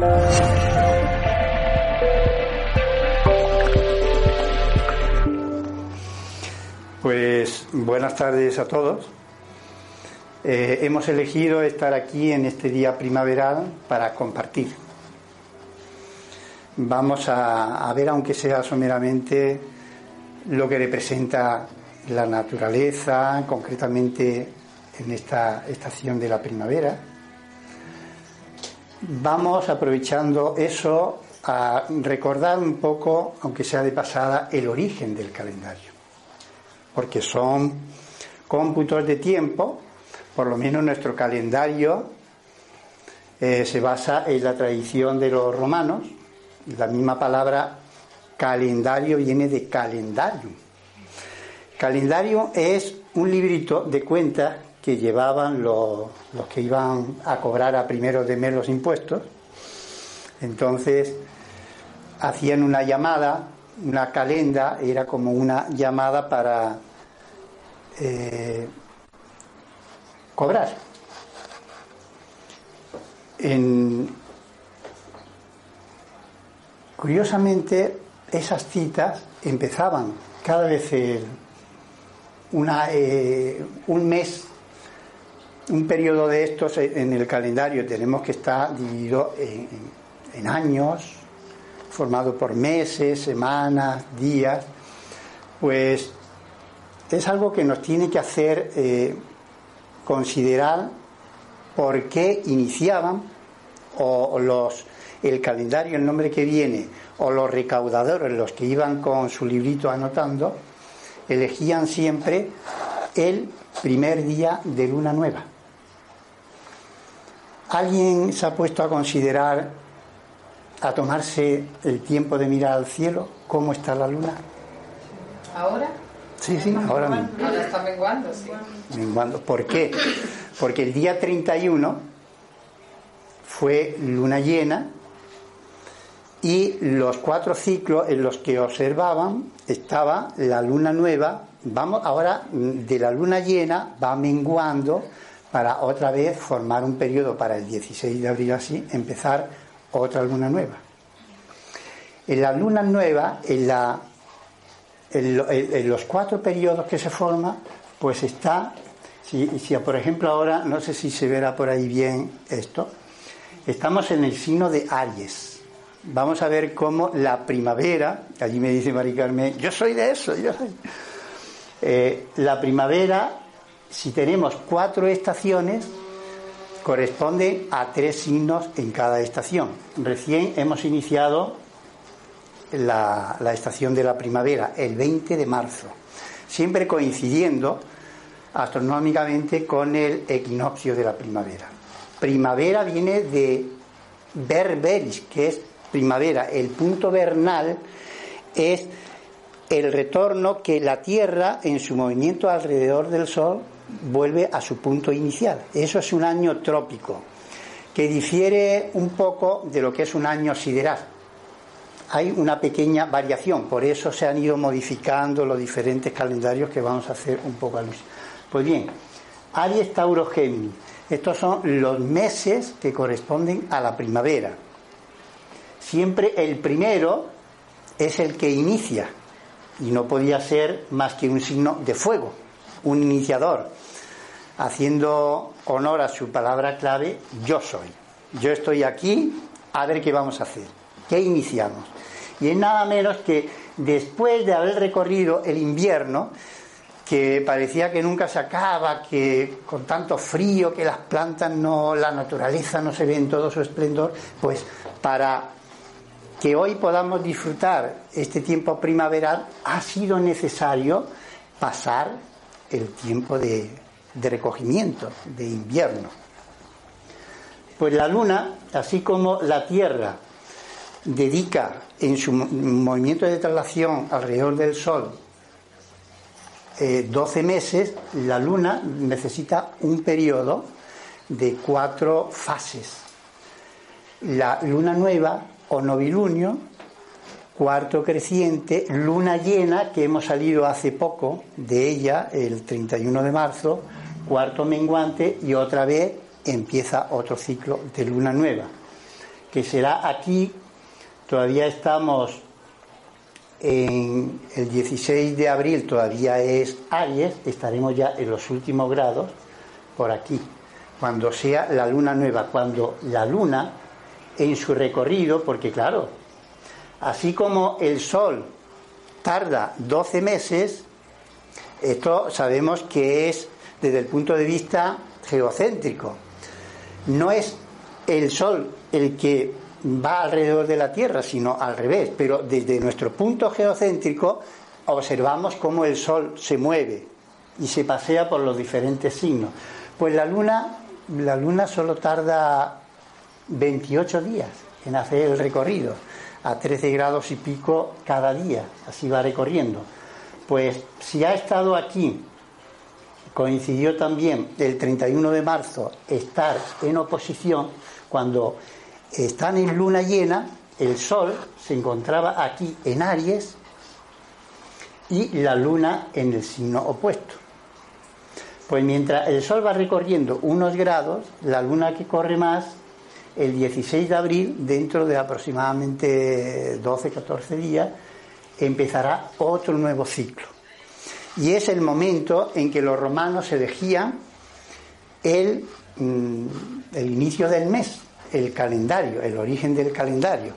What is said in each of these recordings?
Pues buenas tardes a todos. Hemos elegido estar aquí en este día primaveral para compartir. Vamos a ver, aunque sea someramente, lo que representa la naturaleza, concretamente en esta estación de la primavera. Vamos, aprovechando eso, a recordar un poco, aunque sea de pasada, el origen del calendario. Porque son cómputos de tiempo, por lo menos nuestro calendario se basa en la tradición de los romanos. La misma palabra calendario viene de calendarium. Calendario es un librito de cuentas que llevaban los que iban a cobrar a primeros de mes los impuestos. Entonces hacían una llamada. Una calenda era como una llamada para cobrar. Curiosamente, esas citas empezaban cada vez un mes, un periodo de estos en el calendario. Tenemos que estar dividido en años, formado por meses, semanas, días. Pues es algo que nos tiene que hacer considerar por qué iniciaban el calendario, el nombre que viene, o los recaudadores, los que iban con su librito anotando, elegían siempre el primer día de luna nueva. ¿Alguien se ha puesto a considerar, a tomarse el tiempo de mirar al cielo, cómo está la luna? ¿Ahora? Sí, ahora mismo. Ahora está menguando, sí. Menguando. ¿Por qué? Porque el día 31 fue luna llena y los 4 ciclos en los que observaban estaba la luna nueva. Vamos ahora, de la luna llena va menguando para otra vez formar un periodo para el 16 de abril, así, empezar otra luna nueva. En la luna nueva, en los 4 periodos que se forman, pues está, si por ejemplo ahora, no sé si se verá por ahí bien esto, estamos en el signo de Aries. Vamos a ver cómo la primavera, allí me dice Mari Carmen, yo soy de eso, la primavera, si tenemos 4 estaciones, corresponde a 3 signos en cada estación. Recién hemos iniciado la estación de la primavera, el 20 de marzo, siempre coincidiendo astronómicamente con el equinoccio de la primavera. Primavera viene de berberis, que es primavera. El punto vernal es el retorno que la Tierra, en su movimiento alrededor del Sol, vuelve a su punto inicial. Eso es un año trópico, que difiere un poco de lo que es un año sideral. Hay una pequeña variación, por eso se han ido modificando los diferentes calendarios que vamos a hacer un poco a luz. Pues bien, Aries, Tauro, Géminis. Estos son los meses que corresponden a la primavera. Siempre el primero es el que inicia, y no podía ser más que un signo de fuego, un iniciador, haciendo honor a su palabra clave, yo soy. Yo estoy aquí, a ver qué vamos a hacer. ¿Qué iniciamos? Y es nada menos que después de haber recorrido el invierno, que parecía que nunca se acaba, que con tanto frío, que las plantas la naturaleza no se ve en todo su esplendor, pues para que hoy podamos disfrutar este tiempo primaveral ha sido necesario pasar el tiempo de recogimiento, de invierno. Pues la luna, así como la Tierra dedica en su movimiento de traslación alrededor del Sol 12 meses, la luna necesita un periodo de 4 fases. La luna nueva o novilunio, cuarto creciente, luna llena, que hemos salido hace poco de ella, el 31 de marzo, cuarto menguante, y otra vez empieza otro ciclo de luna nueva. que será aquí. Todavía estamos en el 16 de abril, todavía es Aries, estaremos ya en los últimos grados por aquí, cuando sea la luna nueva, cuando la luna en su recorrido, porque claro, así como el sol tarda 12 meses, esto sabemos que es desde el punto de vista geocéntrico. No es el sol el que va alrededor de la Tierra, sino al revés, pero desde nuestro punto geocéntrico observamos cómo el sol se mueve y se pasea por los diferentes signos. Pues la luna solo tarda 28 días en hacer el recorrido, a 13 grados y pico cada día, así va recorriendo. Pues si ha estado aquí, coincidió también el 31 de marzo estar en oposición, cuando están en luna llena, el sol se encontraba aquí en Aries y la luna en el signo opuesto. Pues mientras el sol va recorriendo unos grados, la luna que corre más, el 16 de abril, dentro de aproximadamente 12-14 días, empezará otro nuevo ciclo. Y es el momento en que los romanos elegían el inicio del mes, el calendario, el origen del calendario.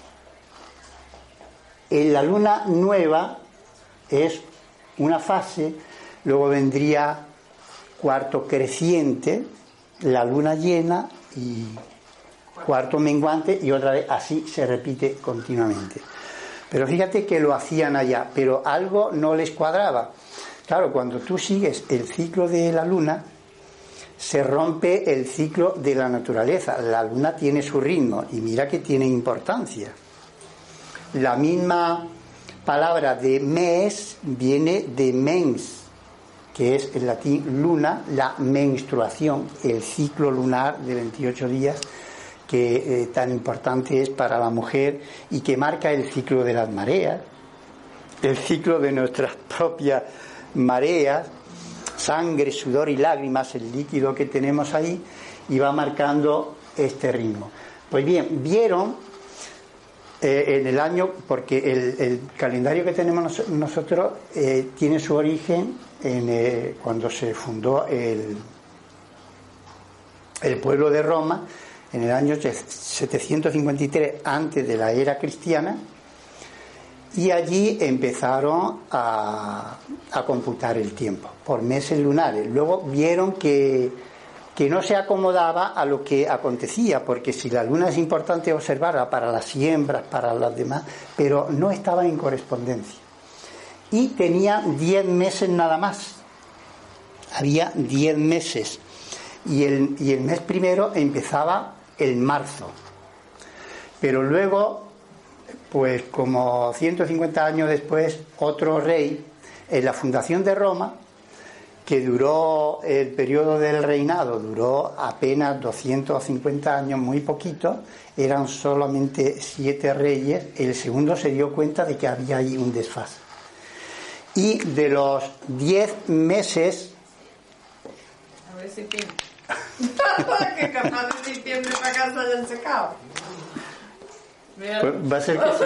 En la luna nueva es una fase, luego vendría cuarto creciente, la luna llena y cuarto menguante, y otra vez así se repite continuamente. Pero fíjate que lo hacían allá, pero algo no les cuadraba. Claro, cuando tú sigues el ciclo de la luna, se rompe el ciclo de la naturaleza. La luna tiene su ritmo y mira que tiene importancia. La misma palabra de mes viene de mens, que es en latín luna, la menstruación, el ciclo lunar de 28 días que tan importante es para la mujer y que marca el ciclo de las mareas, el ciclo de nuestras propias mareas, sangre, sudor y lágrimas, el líquido que tenemos ahí, y va marcando este ritmo. Pues bien, vieron en el año, porque el calendario que tenemos nosotros tiene su origen en cuando se fundó el pueblo de Roma, en el año 753 antes de la era cristiana, y allí empezaron a computar el tiempo por meses lunares. Luego vieron que no se acomodaba a lo que acontecía, porque si la luna es importante observarla para las siembras, para las demás, pero no estaba en correspondencia. Y tenía 10 meses nada más. Había 10 meses. Y el mes primero empezaba en marzo. Pero luego, pues como 150 años después, otro rey, en la fundación de Roma, que duró, el periodo del reinado duró apenas 250 años, muy poquito, eran solamente 7 reyes, el segundo se dio cuenta de que había ahí un desfase. Y de los 10 meses... A ver si pinta. Que capaz de diciembre para acá se hayan secado. Mira. Pues va a ser que sí.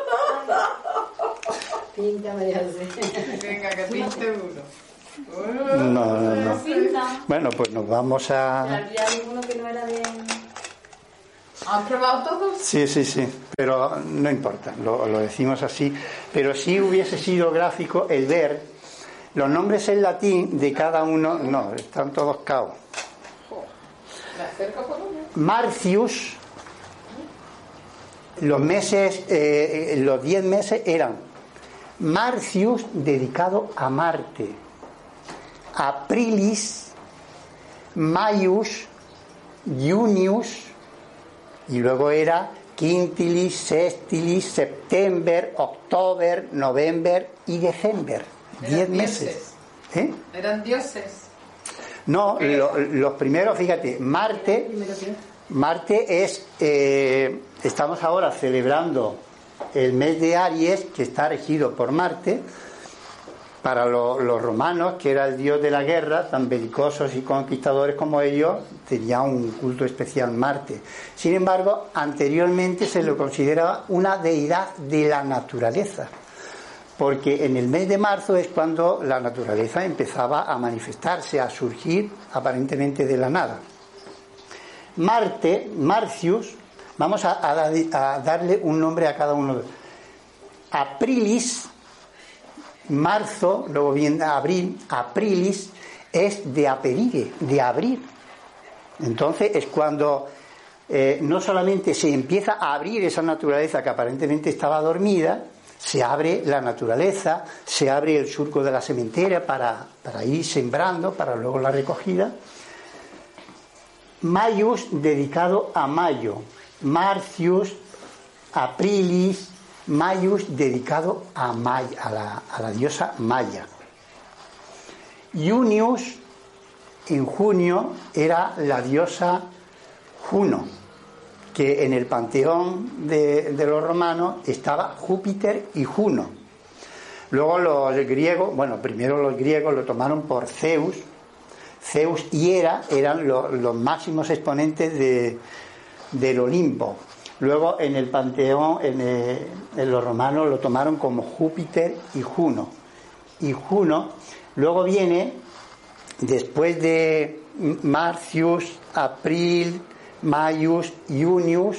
Pinta, María José. Venga, que pinte uno. No. Pinta. Bueno, pues nos vamos a... Había alguno que no era de... ¿Han probado todos? Sí, pero no importa, lo decimos así. Pero sí hubiese sido gráfico el ver los nombres en latín de cada uno. No, están todos caos. ¿Me acerco por uno? Marcius, los meses, los 10 meses eran Marcius, dedicado a Marte, Aprilis, Maius, Junius, y luego era Quintilis, Sextilis, September, October, November y December. 10 meses. Eran dioses. No, los primeros, fíjate, Marte es, estamos ahora celebrando el mes de Aries, que está regido por Marte, Para los romanos, que era el dios de la guerra, tan belicosos y conquistadores como ellos, tenía un culto especial Marte. Sin embargo, anteriormente se lo consideraba una deidad de la naturaleza, porque en el mes de marzo es cuando la naturaleza empezaba a manifestarse, a surgir aparentemente de la nada. Marte, Marcius, vamos a darle un nombre a cada uno. Aprilis, marzo, luego viene abril, aprilis es de aperire, de abrir. Entonces es cuando no solamente se empieza a abrir esa naturaleza que aparentemente estaba dormida, se abre la naturaleza, se abre el surco de la sementera para ir sembrando, para luego la recogida. Maius, dedicado a Mayo. Marcius, Aprilis, Maius, dedicado a Maya, a la diosa Maya. Junius, en junio, era la diosa Juno, que en el panteón de los romanos estaba Júpiter y Juno. Luego los griegos, bueno, primero los griegos lo tomaron por Zeus. Zeus y Hera eran los máximos exponentes del Olimpo. Luego en el panteón, en los romanos lo tomaron como Júpiter y Juno. Y Juno luego viene, después de Marcius, April, Maius, Junius,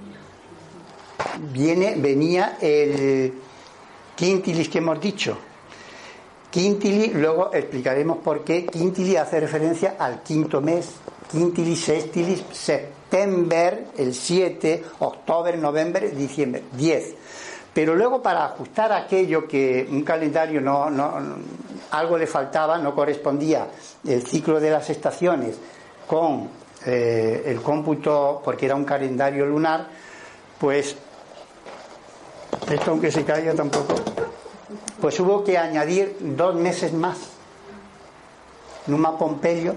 venía el Quintilis que hemos dicho. Quintili, luego explicaremos por qué. Quintili hace referencia al quinto mes. Quintili, sextilis, september, el 7, octubre, noviembre, diciembre, 10. Pero luego, para ajustar aquello que un calendario algo le faltaba, no correspondía el ciclo de las estaciones con el cómputo, porque era un calendario lunar, pues esto, aunque se caiga, tampoco, pues hubo que añadir 2 meses más. Numa Pompeyo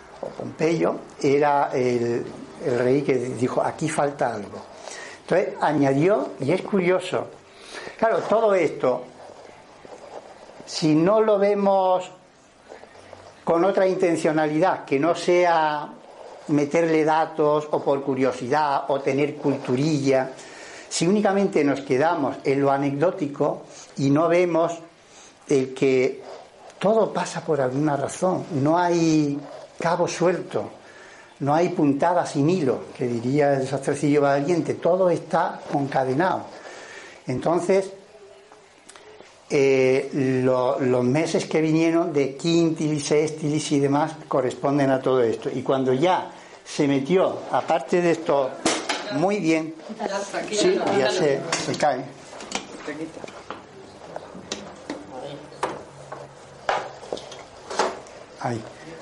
era el rey que dijo: aquí falta algo. Entonces añadió, y es curioso, claro, todo esto, si no lo vemos con otra intencionalidad que no sea meterle datos o por curiosidad o tener culturilla, si únicamente nos quedamos en lo anecdótico y no vemos el que todo pasa por alguna razón, no hay cabo suelto, no hay puntada sin hilo, que diría el sastrecillo valiente, todo está concadenado. Entonces los meses que vinieron de quintilis, sextilis y demás corresponden a todo esto. Y cuando ya se metió, aparte de esto, muy bien, sí, ya se cae. Ahí.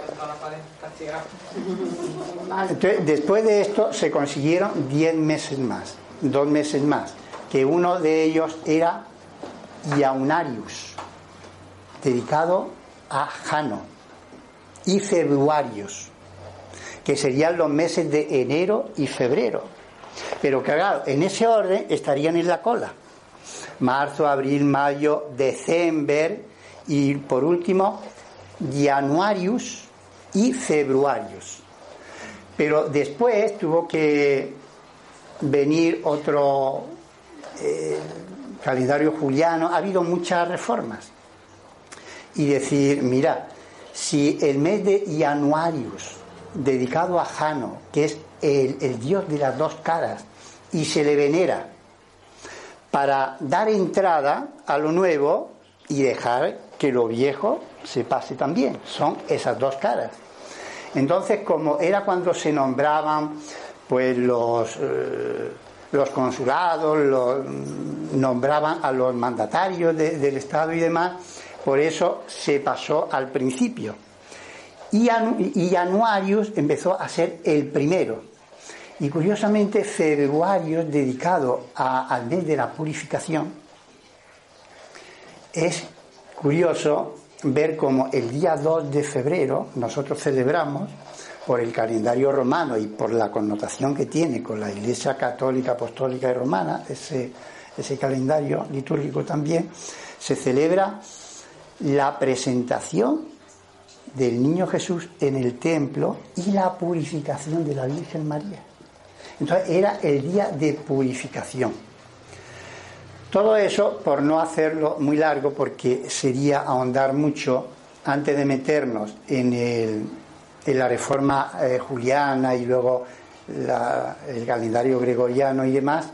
Entonces, después de esto se consiguieron 10 meses más, 2 meses más, que uno de ellos era Jaunarius, dedicado a Jano, y Februarius, que serían los meses de enero y febrero, pero que claro, en ese orden estarían en la cola: marzo, abril, mayo, diciembre y por último Januarius y Februarius. Pero después tuvo que venir otro calendario juliano. Ha habido muchas reformas y decir: mira, si el mes de Januarius, dedicado a Jano, que es el dios de las 2 caras, y se le venera para dar entrada a lo nuevo y dejar que lo viejo se pase también, son esas 2 caras. Entonces, como era cuando se nombraban pues los consulados, nombraban a los mandatarios del Estado y demás, por eso se pasó al principio. Y Januarius empezó a ser el primero. Y curiosamente, Februarius, dedicado al mes de la purificación, es curioso ver cómo el día 2 de febrero nosotros celebramos, por el calendario romano y por la connotación que tiene con la Iglesia Católica, Apostólica y Romana, ese calendario litúrgico también, se celebra la presentación del niño Jesús en el templo y la purificación de la Virgen María. Entonces era el día de purificación. Todo eso, por no hacerlo muy largo, porque sería ahondar mucho antes de meternos en la reforma juliana y luego el calendario gregoriano y demás.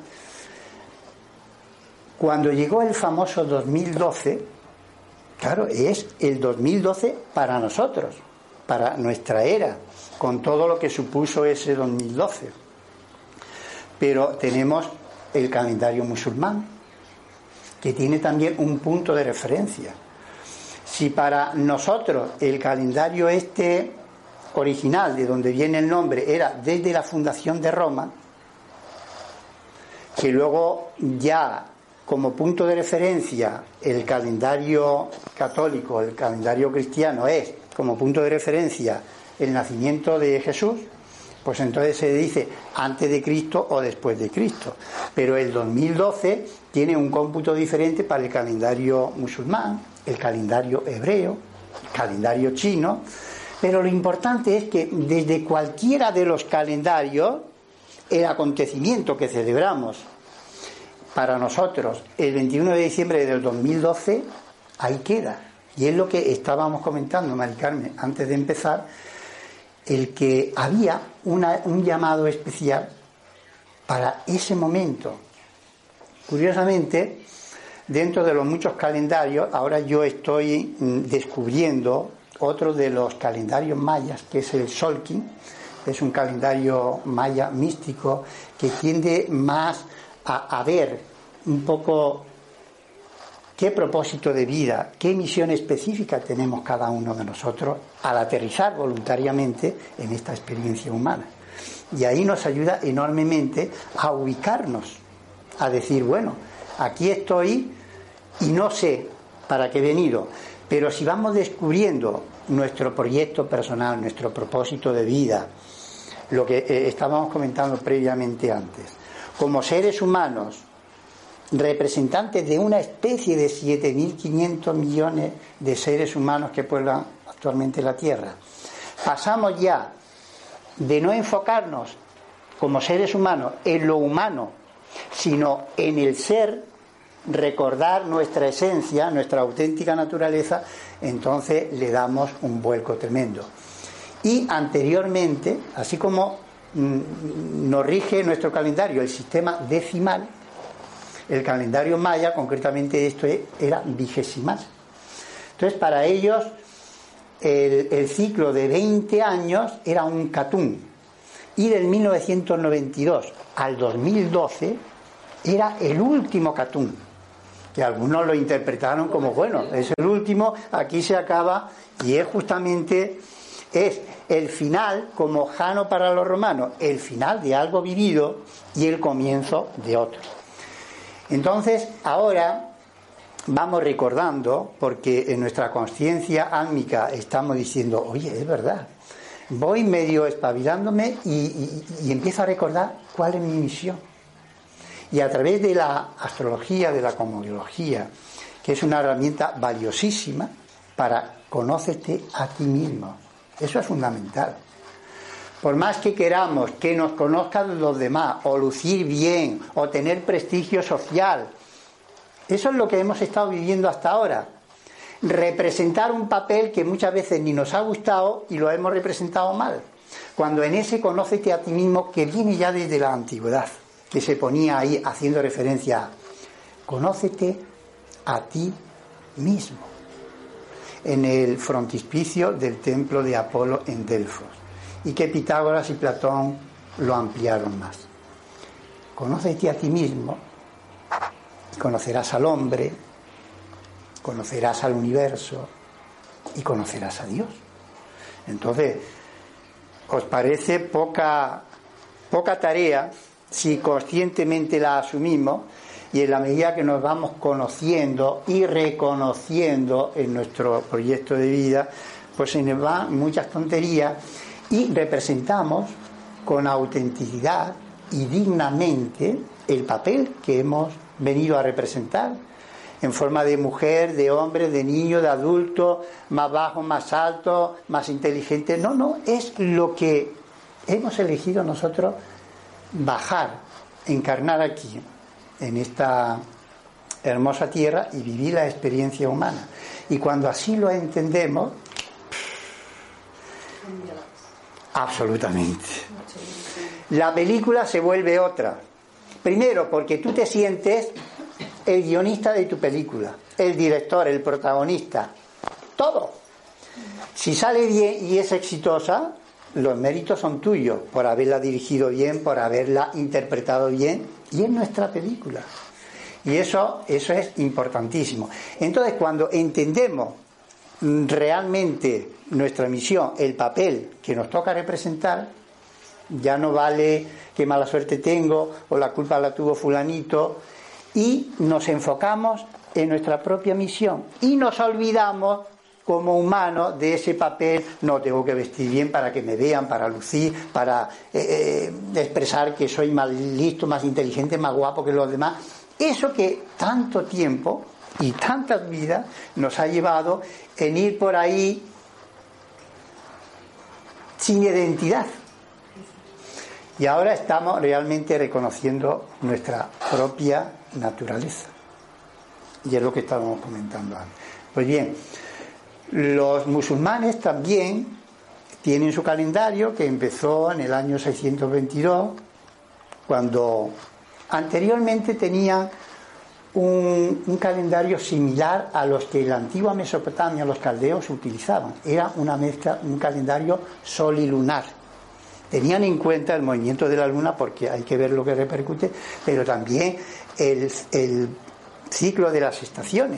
Cuando llegó el famoso 2012, claro, es el 2012 para nosotros, para nuestra era, con todo lo que supuso ese 2012. Pero tenemos el calendario musulmán, que tiene también un punto de referencia. Si para nosotros el calendario original, de donde viene el nombre, era desde la fundación de Roma, que luego ya como punto de referencia el calendario católico, el calendario cristiano es como punto de referencia el nacimiento de Jesús, pues entonces se dice antes de Cristo o después de Cristo. Pero el 2012 tiene un cómputo diferente para el calendario musulmán, el calendario hebreo, el calendario chino. Pero lo importante es que desde cualquiera de los calendarios, el acontecimiento que celebramos para nosotros el 21 de diciembre del 2012, ahí queda. Y es lo que estábamos comentando, Mari Carmen, antes de empezar, el que había un llamado especial para ese momento. Curiosamente, dentro de los muchos calendarios, ahora yo estoy descubriendo otro de los calendarios mayas, que es el Xolkin. Es un calendario maya místico que tiende más a ver un poco qué propósito de vida, qué misión específica tenemos cada uno de nosotros al aterrizar voluntariamente en esta experiencia humana. Y ahí nos ayuda enormemente a ubicarnos, a decir, bueno, aquí estoy y no sé para qué he venido, pero si vamos descubriendo nuestro proyecto personal, nuestro propósito de vida, lo que estábamos comentando previamente antes, como seres humanos, representantes de una especie de 7.500 millones de seres humanos que pueblan actualmente la Tierra, pasamos ya de no enfocarnos como seres humanos en lo humano, sino en el ser, recordar nuestra esencia, nuestra auténtica naturaleza, entonces le damos un vuelco tremendo. Y anteriormente, así como nos rige nuestro calendario el sistema decimal, el calendario maya, concretamente esto era vigesimal. Entonces, para ellos, el ciclo de 20 años era un catún. Y del 1992 al 2012 era el último catún. Que algunos lo interpretaron como, bueno, es el último, aquí se acaba, y es justamente el final, como Jano para los romanos, el final de algo vivido y el comienzo de otro. Entonces, ahora vamos recordando, porque en nuestra conciencia álmica estamos diciendo, oye, es verdad, voy medio espabilándome y empiezo a recordar cuál es mi misión. Y a través de la astrología, de la cosmología, que es una herramienta valiosísima para conócete a ti mismo. Eso es fundamental. Por más que queramos que nos conozcan los demás, o lucir bien, o tener prestigio social, eso es lo que hemos estado viviendo hasta ahora. Representar un papel que muchas veces ni nos ha gustado y lo hemos representado mal. Cuando en ese conócete a ti mismo, que viene ya desde la antigüedad, que se ponía ahí haciendo referencia a conócete a ti mismo, en el frontispicio del templo de Apolo en Delfos, y que Pitágoras y Platón lo ampliaron más. Conócete a ti mismo y conocerás al hombre, conocerás al universo y conocerás a Dios. Entonces, ¿os parece poca tarea si conscientemente la asumimos? Y en la medida que nos vamos conociendo y reconociendo en nuestro proyecto de vida, pues se nos van muchas tonterías y representamos con autenticidad y dignamente el papel que hemos venido a representar. en forma de mujer, de hombre, de niño, de adulto, más bajo, más alto, más inteligente. No, es lo que hemos elegido nosotros bajar, encarnar aquí, en esta hermosa tierra y vivir la experiencia humana. Y cuando así lo entendemos, absolutamente, la película se vuelve otra. Primero, porque tú te sientes el guionista de tu película, el director, el protagonista, todo. Si sale bien y es exitosa, los méritos son tuyos por haberla dirigido bien, por haberla interpretado bien, y es nuestra película. Y eso es importantísimo. Entonces, cuando entendemos realmente nuestra misión, el papel que nos toca representar, ya no vale qué mala suerte tengo o la culpa la tuvo fulanito, y nos enfocamos en nuestra propia misión y nos olvidamos como humanos de ese papel. No, tengo que vestir bien para que me vean, para lucir, para expresar que soy más listo, más inteligente, más guapo que los demás. Eso que tanto tiempo y tantas vidas nos ha llevado en ir por ahí sin identidad. Y ahora estamos realmente reconociendo nuestra propia naturaleza. Y es lo que estábamos comentando antes. Pues bien, los musulmanes también tienen su calendario, que empezó en el año 622, cuando anteriormente tenían un calendario similar a los que en la antigua Mesopotamia los caldeos utilizaban. Era una mezcla, un calendario solilunar. Tenían en cuenta el movimiento de la luna, porque hay que ver lo que repercute, pero también el ciclo de las estaciones.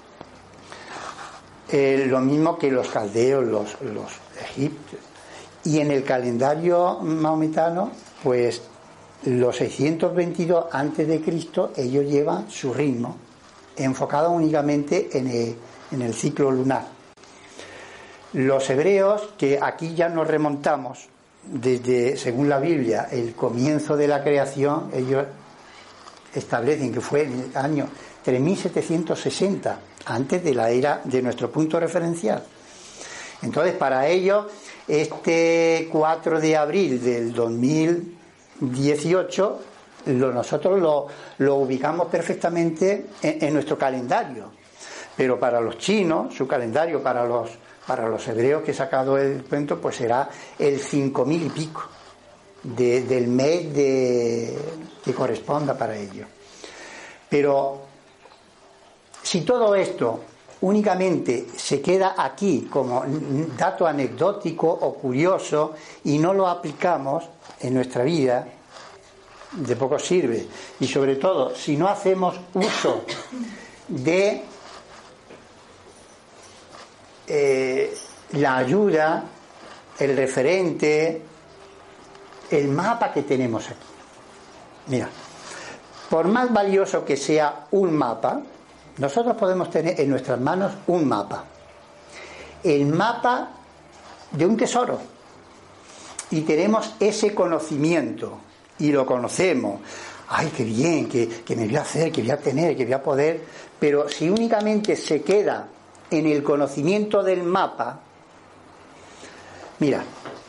Lo mismo que los caldeos, los egipcios. Y en el calendario maometano, pues los 622 a.C., ellos llevan su ritmo, enfocado únicamente en el ciclo lunar. Los hebreos, que aquí ya nos remontamos desde, según la Biblia, el comienzo de la creación, ellos establecen que fue en el año 3760, antes de la era de nuestro punto referencial. Entonces, para ellos, este 4 de abril del 2018, nosotros lo ubicamos perfectamente en nuestro calendario. Pero para los chinos, su calendario, para los hebreos que he sacado el cuento, pues será el 5000 y pico del mes que corresponda para ellos. Pero si todo esto únicamente se queda aquí como dato anecdótico o curioso y no lo aplicamos en nuestra vida, de poco sirve. Y sobre todo, si no hacemos uso de la ayuda, el referente, el mapa que tenemos aquí. Mira, por más valioso que sea un mapa, nosotros podemos tener en nuestras manos un mapa, el mapa de un tesoro, y tenemos ese conocimiento y lo conocemos. Ay, qué bien, que me voy a hacer, que voy a tener, que voy a poder. Pero si únicamente se queda en el conocimiento del mapa, mira,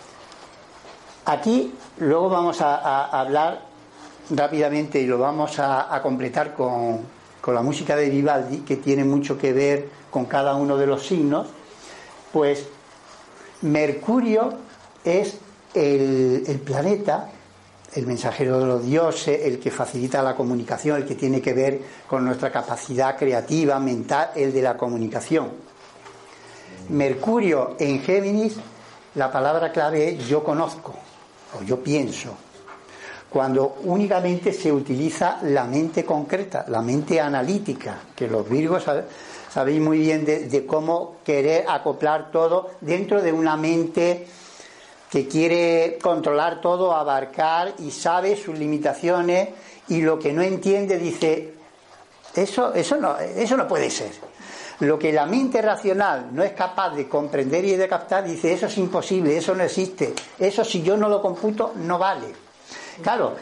aquí luego vamos a hablar rápidamente y lo vamos a completar con la música de Vivaldi, que tiene mucho que ver con cada uno de los signos. Pues Mercurio es el planeta, el mensajero de los dioses, el que facilita la comunicación, el que tiene que ver con nuestra capacidad creativa, mental, el de la comunicación. Mercurio en Géminis, la palabra clave es yo conozco o yo pienso, cuando únicamente se utiliza la mente concreta, la mente analítica, que los virgos sabéis muy bien de cómo querer acoplar todo dentro de una mente que quiere controlar todo, abarcar, y sabe sus limitaciones, y lo que no entiende dice, eso no puede ser. Lo que la mente racional no es capaz de comprender y de captar, dice, eso es imposible, eso no existe, eso si yo no lo computo no vale. Claro,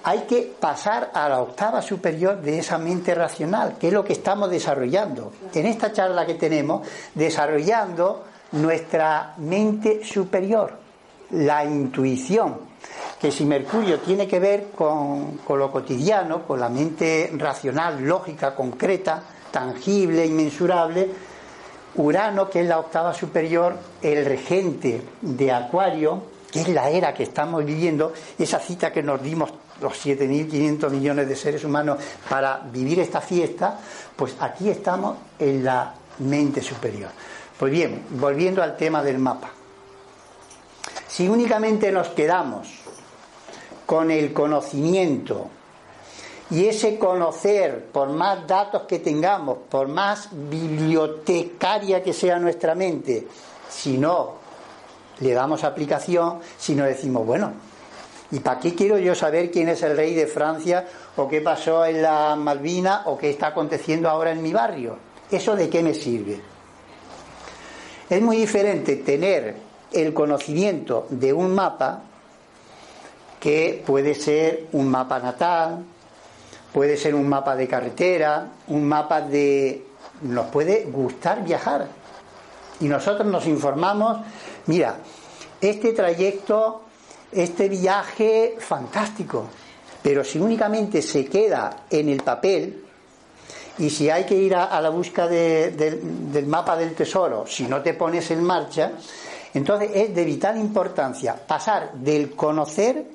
hay que pasar a la octava superior de esa mente racional, que es lo que estamos desarrollando. En esta charla que tenemos, desarrollando nuestra mente superior, la intuición, que si Mercurio tiene que ver con lo cotidiano, con la mente racional, lógica, concreta, tangible, inmensurable, Urano, que es la octava superior, el regente de Acuario, que es la era que estamos viviendo, esa cita que nos dimos los 7.500 millones de seres humanos para vivir esta fiesta, pues aquí estamos en la mente superior. Pues bien, volviendo al tema del mapa. Si únicamente nos quedamos con el conocimiento, y ese conocer, por más datos que tengamos, por más bibliotecaria que sea nuestra mente, si no le damos aplicación, si no decimos, bueno, ¿y para qué quiero yo saber quién es el rey de Francia, o qué pasó en la Malvinas, o qué está aconteciendo ahora en mi barrio? ¿Eso de qué me sirve? Es muy diferente tener el conocimiento de un mapa, que puede ser un mapa natal, puede ser un mapa de carretera, un mapa de... Nos puede gustar viajar. Y nosotros nos informamos, mira, este trayecto, este viaje, fantástico. Pero si únicamente se queda en el papel, y si hay que ir a la busca del mapa del tesoro, si no te pones en marcha, entonces es de vital importancia pasar del conocer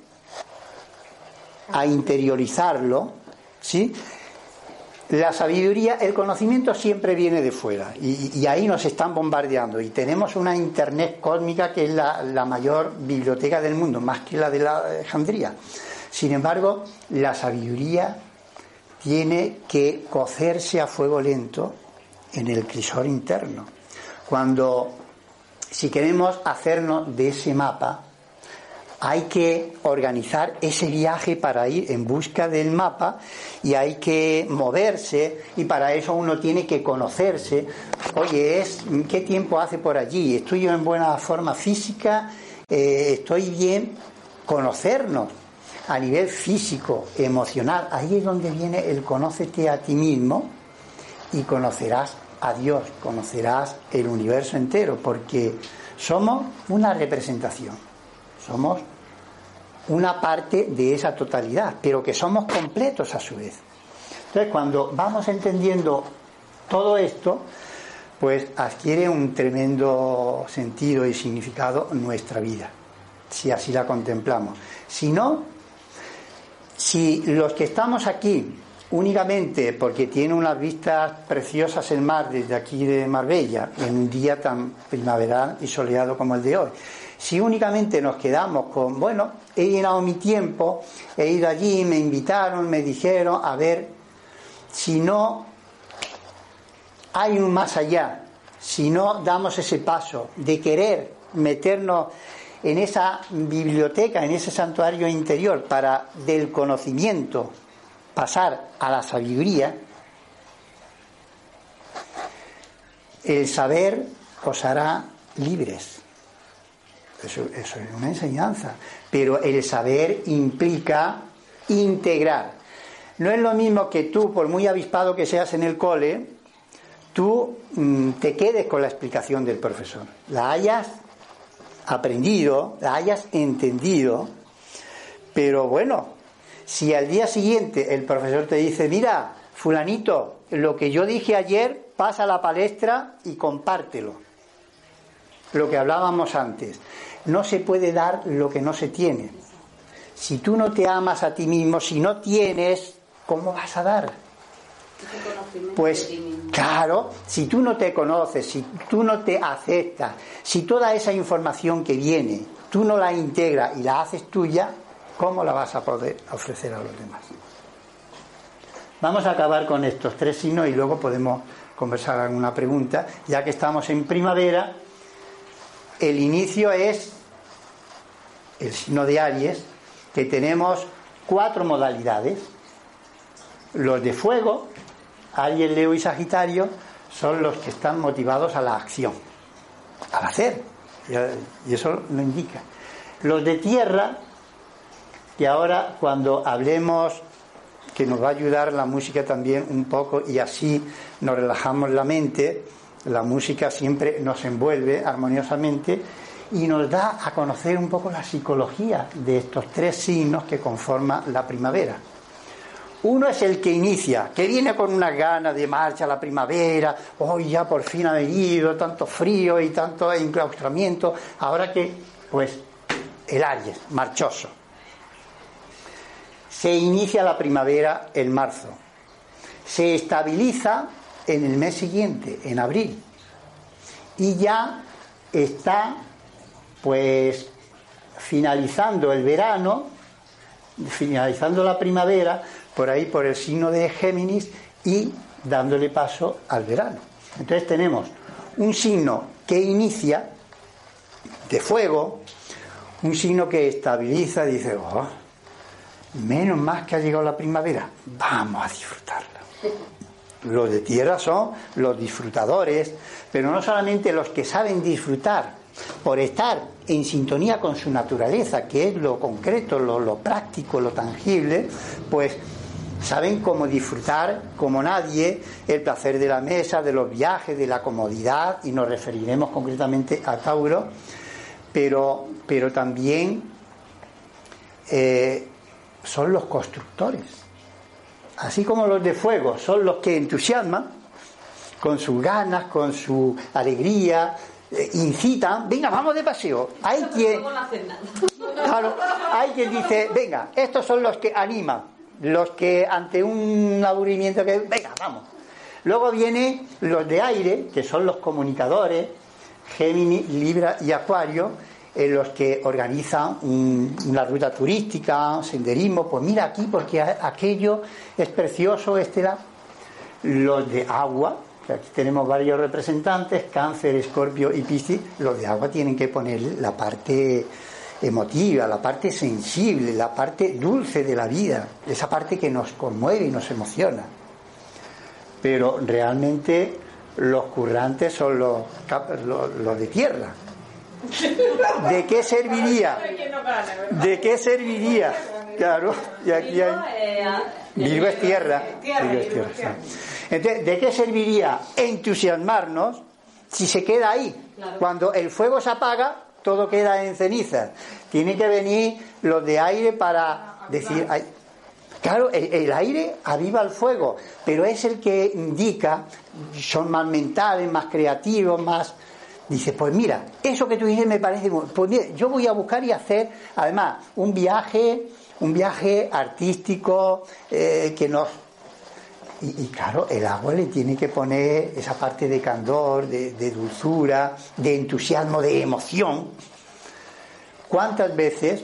a interiorizarlo, ¿sí? La sabiduría, el conocimiento siempre viene de fuera, y ahí nos están bombardeando, y tenemos una internet cósmica que es la mayor biblioteca del mundo, más que la de la Alejandría. Sin embargo, la sabiduría tiene que cocerse a fuego lento en el crisol interno. Si queremos hacernos de ese mapa, hay que organizar ese viaje para ir en busca del mapa, y hay que moverse, y para eso uno tiene que conocerse. Oye, ¿qué tiempo hace por allí? ¿Estoy yo en buena forma física? ¿Estoy bien? Conocernos a nivel físico, emocional. Ahí es donde viene el conócete a ti mismo, y conocerás a Dios, conocerás el universo entero, porque somos una representación, somos una parte de esa totalidad, pero que somos completos a su vez. Entonces, cuando vamos entendiendo todo esto, pues adquiere un tremendo sentido y significado nuestra vida, si así la contemplamos. Si no, si los que estamos aquí únicamente porque tiene unas vistas preciosas el mar desde aquí de Marbella, en un día tan primaveral y soleado como el de hoy, si únicamente nos quedamos con, bueno, he llenado mi tiempo, he ido allí, me invitaron, me dijeron, a ver, si no hay un más allá, si no damos ese paso de querer meternos en esa biblioteca, en ese santuario interior, para del conocimiento pasar a la sabiduría, el saber os hará libres. Eso es una enseñanza, pero el saber implica integrar. No es lo mismo que tú, por muy avispado que seas en el cole, tú te quedes con la explicación del profesor, la hayas aprendido, la hayas entendido, pero bueno, si al día siguiente el profesor te dice, mira, fulanito, lo que yo dije ayer, pasa a la palestra y compártelo, lo que hablábamos antes. No se puede dar lo que no se tiene. Si tú no te amas a ti mismo, si no tienes, ¿cómo vas a dar? Pues claro, si tú no te conoces, si tú no te aceptas, si toda esa información que viene, tú no la integras y la haces tuya, ¿cómo la vas a poder ofrecer a los demás? Vamos a acabar con estos 3 signos y luego podemos conversar alguna pregunta, ya que estamos en primavera. El inicio es el signo de Aries, que tenemos 4 modalidades. Los de fuego, Aries, Leo y Sagitario, son los que están motivados a la acción, al hacer, y eso lo indica. Los de tierra, que ahora cuando hablemos, que nos va a ayudar la música también un poco, y así nos relajamos la mente, la música siempre nos envuelve armoniosamente y nos da a conocer un poco la psicología de estos 3 signos que conforman la primavera. Uno es el que inicia, que viene con unas ganas de marcha a la primavera, hoy ya por fin ha venido, tanto frío y tanto enclaustramiento, ahora que, pues, el Aries, marchoso. Se inicia la primavera en marzo, se estabiliza en el mes siguiente, en abril, y ya está, pues, finalizando el verano, finalizando la primavera, por ahí por el signo de Géminis, y dándole paso al verano. Entonces tenemos un signo que inicia, de fuego, un signo que estabiliza, dice, oh, menos mal que ha llegado la primavera, vamos a disfrutarla. Los de tierra son los disfrutadores, pero no solamente los que saben disfrutar, por estar en sintonía con su naturaleza, que es lo concreto, lo práctico, lo tangible, pues saben cómo disfrutar como nadie el placer de la mesa, de los viajes, de la comodidad, y nos referiremos concretamente a Tauro, pero también son los constructores. Así como los de fuego son los que entusiasman con sus ganas, con su alegría, incitan, venga, vamos de paseo. Hay quien, claro, hay quien dice, venga, estos son los que animan, los que ante un aburrimiento que, venga, vamos. Luego vienen los de aire, que son los comunicadores, Géminis, Libra y Acuario, en los que organizan una ruta turística, senderismo, pues mira aquí porque aquello es precioso, Los de agua, que aquí tenemos varios representantes, Cáncer, Escorpio y Piscis, los de agua tienen que poner la parte emotiva, la parte sensible, la parte dulce de la vida, esa parte que nos conmueve y nos emociona. Pero realmente los currantes son los de tierra. ¿De qué serviría? ¿De qué serviría? Claro, y aquí hay... Virgo es tierra. Virgo es tierra, sí. Entonces, ¿de qué serviría entusiasmarnos si se queda ahí? Cuando el fuego se apaga, todo queda en cenizas. Tiene que venir los de aire para decir... Claro, el aire aviva el fuego, pero es el que indica, son más mentales, más creativos, más... Dice, pues mira, eso que tú dices me parece muy... Pues mira, yo voy a buscar y hacer, además, un viaje artístico que nos... Y claro, el agua le tiene que poner esa parte de candor, de dulzura, de entusiasmo, de emoción. ¿Cuántas veces,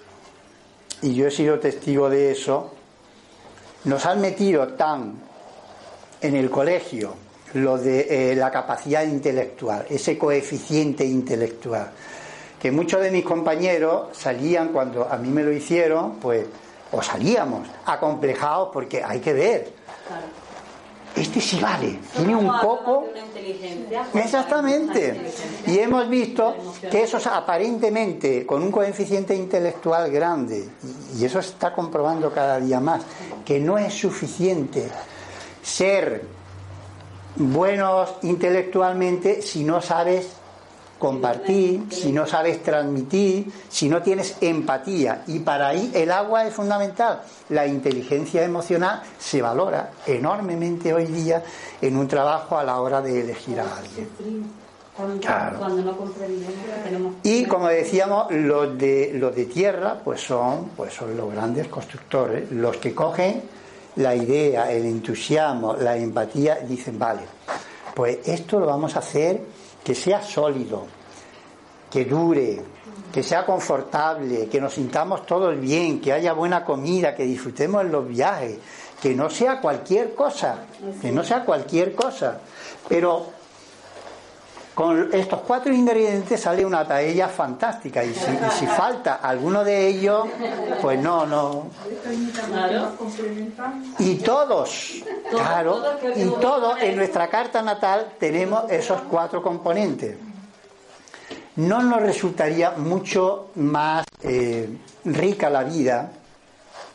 y yo he sido testigo de eso, nos han metido tan en el colegio lo de la capacidad intelectual, ese coeficiente intelectual, que muchos de mis compañeros salían, cuando a mí me lo hicieron, pues, o salíamos acomplejados porque hay que ver, claro, este sí vale, tiene un poco, exactamente, y hemos visto que esos aparentemente con un coeficiente intelectual grande, y eso se está comprobando cada día más, que no es suficiente ser buenos intelectualmente si no sabes compartir, si no sabes transmitir, si no tienes empatía. Y para ahí el agua es fundamental. La inteligencia emocional se valora enormemente hoy día en un trabajo a la hora de elegir a alguien. Claro. Cuando no comprendemos que tenemos... Y como decíamos, los de tierra pues son los grandes constructores, los que cogen la idea, el entusiasmo, la empatía, dicen, vale, pues esto lo vamos a hacer que sea sólido, que dure, que sea confortable, que nos sintamos todos bien, que haya buena comida, que disfrutemos en los viajes, que no sea cualquier cosa, pero con estos 4 ingredientes sale una paella fantástica, y si falta alguno de ellos, pues no. Y todos, claro, y todos en nuestra carta natal tenemos esos 4 componentes. ¿No nos resultaría mucho más rica la vida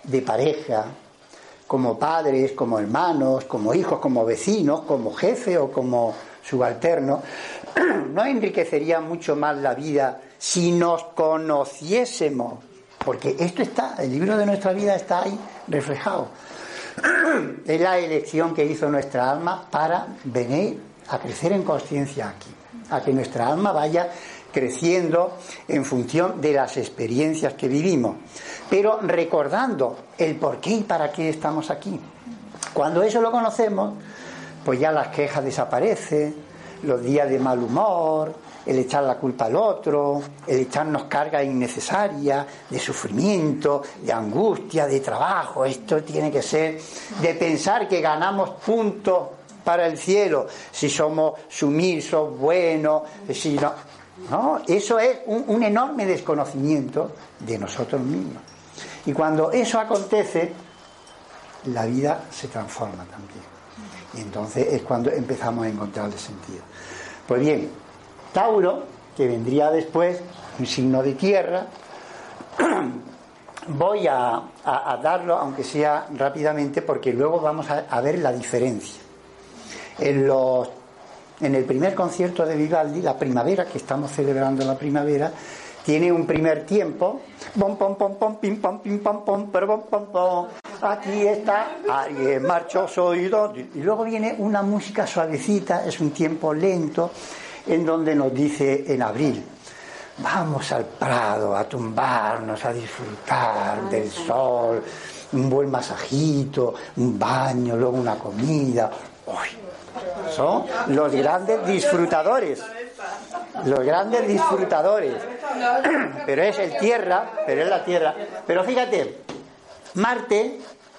de pareja, como padres, como hermanos, como hijos, como vecinos, como jefe o como subalterno, ¿no enriquecería mucho más la vida si nos conociésemos? Porque esto está, el libro de nuestra vida está ahí reflejado. Es la elección que hizo nuestra alma para venir a crecer en conciencia aquí, a que nuestra alma vaya creciendo en función de las experiencias que vivimos, pero recordando el por qué y para qué estamos aquí. Cuando eso lo conocemos, pues ya las quejas desaparecen, los días de mal humor, el echar la culpa al otro, el echarnos carga innecesaria de sufrimiento, de angustia, de trabajo. Esto tiene que ser de pensar que ganamos puntos para el cielo si somos sumisos, buenos, si no. No, eso es un enorme desconocimiento de nosotros mismos. Y cuando eso acontece, la vida se transforma también. Y entonces es cuando empezamos a encontrarle sentido. Pues bien, Tauro, que vendría después, un signo de tierra, voy a darlo, aunque sea rápidamente, porque luego vamos a ver la diferencia. En el primer concierto de Vivaldi, la primavera, que estamos celebrando la primavera, tiene un primer tiempo, pom pom pom pom pim pom pim pom pom pom pom pom. Aquí está Aries marchoso y luego viene una música suavecita, es un tiempo lento, en donde nos dice en abril: vamos al prado a tumbarnos, a disfrutar del sol, un buen masajito, un baño, luego una comida. Uy, son los grandes disfrutadores. Los grandes disfrutadores. Pero es el tierra, pero es la tierra. Pero fíjate, Marte,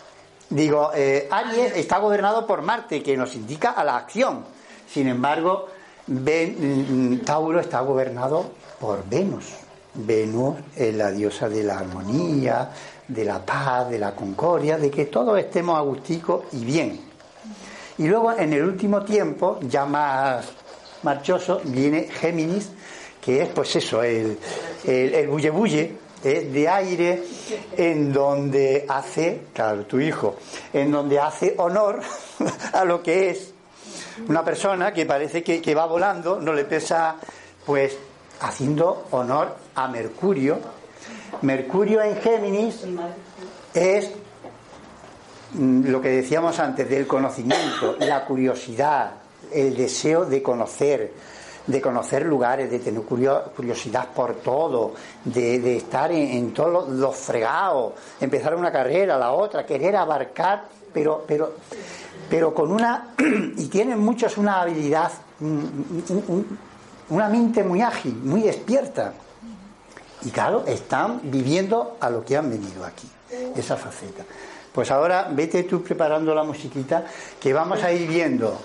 Aries está gobernado por Marte, que nos indica a la acción. Sin embargo, Tauro está gobernado por Venus. Venus es la diosa de la armonía, de la paz, de la concordia, de que todos estemos a gustico y bien. Y luego en el último tiempo, ya más marchoso, viene Géminis, que es pues eso, el bulle bulle de aire, en donde hace, claro, tu hijo, en donde hace honor a lo que es una persona que parece que va volando, no le pesa, pues haciendo honor a Mercurio. Mercurio en Géminis es lo que decíamos antes del conocimiento, la curiosidad, el deseo de conocer lugares, de tener curiosidad por todo, de estar en todos los fregados, empezar una carrera, la otra, querer abarcar, pero con una, y tienen muchos una habilidad, una mente muy ágil, muy despierta. Y claro, están viviendo a lo que han venido aquí, esa faceta. Pues ahora vete tú preparando la musiquita, que vamos a ir viendo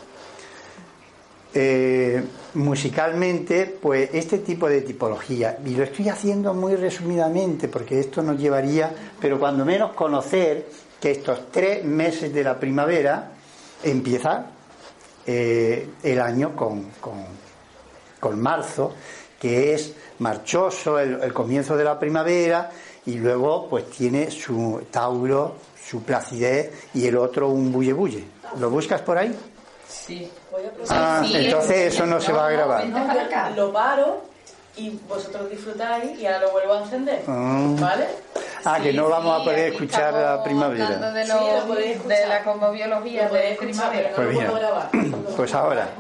musicalmente pues este tipo de tipología. Y lo estoy haciendo muy resumidamente, porque esto nos llevaría, pero cuando menos, conocer que estos 3 meses de la primavera empieza el año con marzo, que es marchoso, el comienzo de la primavera, y luego pues tiene su Tauro, su placidez, y el otro un bulle bulle. ¿Lo buscas por ahí? Sí. Sí. Entonces eso no se va a grabar. Lo paro y vosotros disfrutáis y ahora lo vuelvo a encender, ¿vale? Que no vamos a poder escuchar la primavera. De la cosmobiología de primavera. Pues bien, pues ahora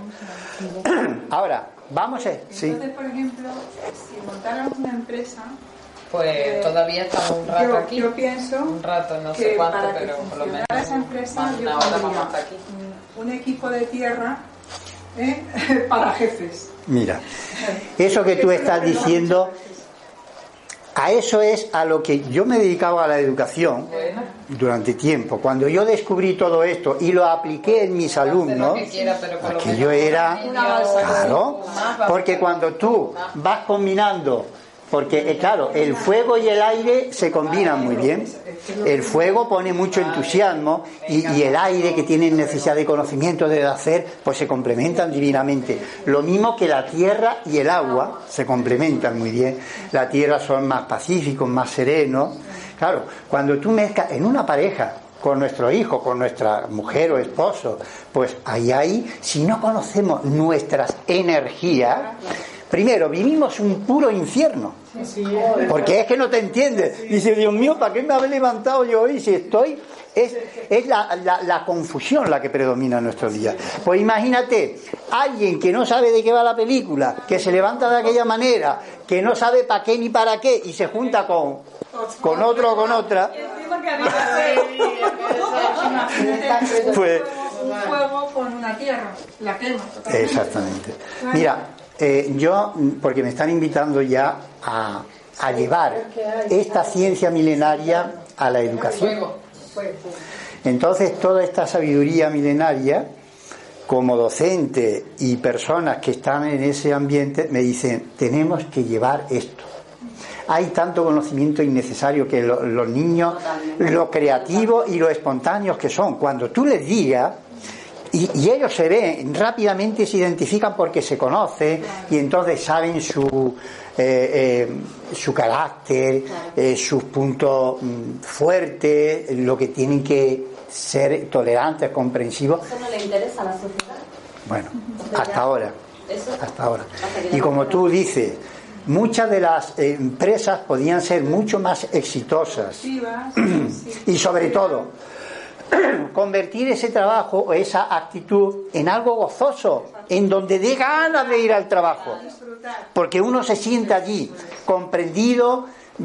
vamos a... Sí. Entonces, por ejemplo, si montáramos una empresa, pues todavía estamos un rato aquí. Yo pienso un rato, no que sé cuánto, para pero por lo menos esa empresa yo ahora vamos pondría hasta aquí. un equipo de tierra para jefes. Mira, eso que tú estás diciendo, a eso es a lo que yo me dedicaba a la educación durante tiempo. Cuando yo descubrí todo esto y lo apliqué en mis alumnos, aquello era claro, porque cuando tú vas combinando Porque, claro, el fuego y el aire se combinan muy bien. El fuego pone mucho entusiasmo y el aire, que tiene necesidad de conocimiento, de hacer, pues se complementan divinamente. Lo mismo que la tierra y el agua se complementan muy bien. La tierra son más pacíficos, más serenos. Claro, cuando tú mezclas en una pareja, con nuestro hijo, con nuestra mujer o esposo, pues ahí, si no conocemos nuestras energías, primero, vivimos un puro infierno. Porque es que no te entiendes. Dice, Dios mío, ¿para qué me habéis levantado yo hoy si estoy? Es la confusión la que predomina en nuestros días. Pues imagínate, alguien que no sabe de qué va la película, que se levanta de aquella manera, que no sabe para qué ni para qué, y se junta con otro o con otra. Pues, un fuego con una tierra, la quema totalmente. Exactamente. Mira, yo, porque me están invitando ya a llevar esta ciencia milenaria a la educación. Entonces, toda esta sabiduría milenaria, como docente y personas que están en ese ambiente, me dicen, tenemos que llevar esto. Hay tanto conocimiento innecesario que los niños, lo creativo y lo espontáneos que son, cuando tú les digas, y ellos se ven, rápidamente se identifican porque se conocen y entonces saben su carácter, sus puntos fuertes, lo que tienen que ser tolerantes, comprensivos. ¿Eso no le interesa a la sociedad? Bueno, hasta ahora. Y como tú dices, muchas de las empresas podían ser mucho más exitosas y sobre todo convertir ese trabajo o esa actitud en algo gozoso, en donde dé ganas de ir al trabajo, porque uno se siente allí comprendido,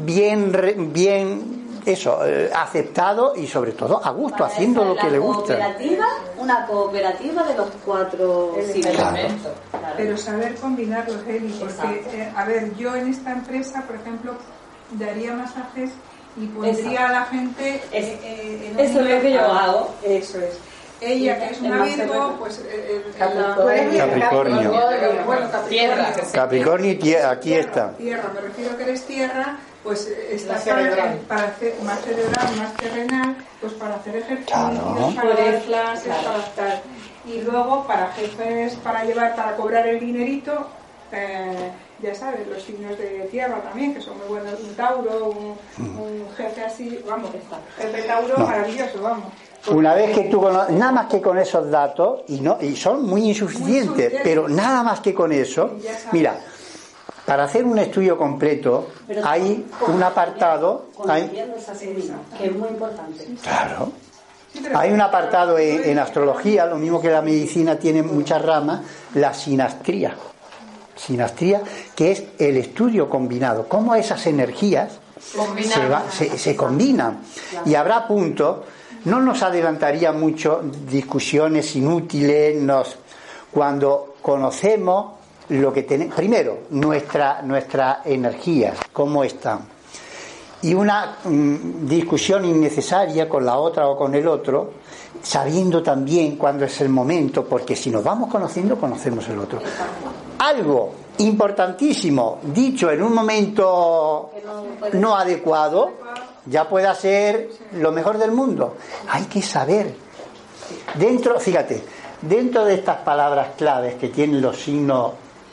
bien aceptado y sobre todo a gusto, haciendo lo que le gusta. Una cooperativa de los 4 elementos. Pero saber combinarlos, Eli, porque a ver, yo en esta empresa, por ejemplo, daría masajes y pondría a la gente eso es lo que yo hago. Eso es. Ella, que es una Virgo, pues Capricornio. Bueno, Capricornio y tierra, aquí está. Tierra, me refiero que eres tierra, pues estás para hacer más cerebral, más terrenal, pues para hacer ejercicios, para dar clases, para estar. Y luego para jefes, para cobrar el dinerito, ya sabes, los signos de tierra también, que son muy buenos, un Tauro, un jefe así, vamos, jefe Tauro maravilloso, vamos. Una vez que tú conoces, nada más que con esos datos, y son muy insuficientes, pero nada más que con eso, mira, para hacer un estudio completo hay un apartado, que es muy importante. Claro. Hay un apartado en astrología, lo mismo que la medicina tiene muchas ramas, la sinastría. Sinastría, que es el estudio combinado, cómo esas energías se combinan. Y habrá puntos, no nos adelantaría mucho, discusiones inútiles, cuando conocemos lo que tenemos, primero, nuestra energías, cómo están. Y una discusión innecesaria con la otra o con el otro, sabiendo también cuándo es el momento, porque si nos vamos conociendo, conocemos el otro. Algo importantísimo, dicho en un momento no adecuado, ya pueda ser lo mejor del mundo. Hay que saber. Fíjate, dentro de estas palabras claves que tienen los signos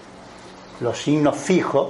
fijos,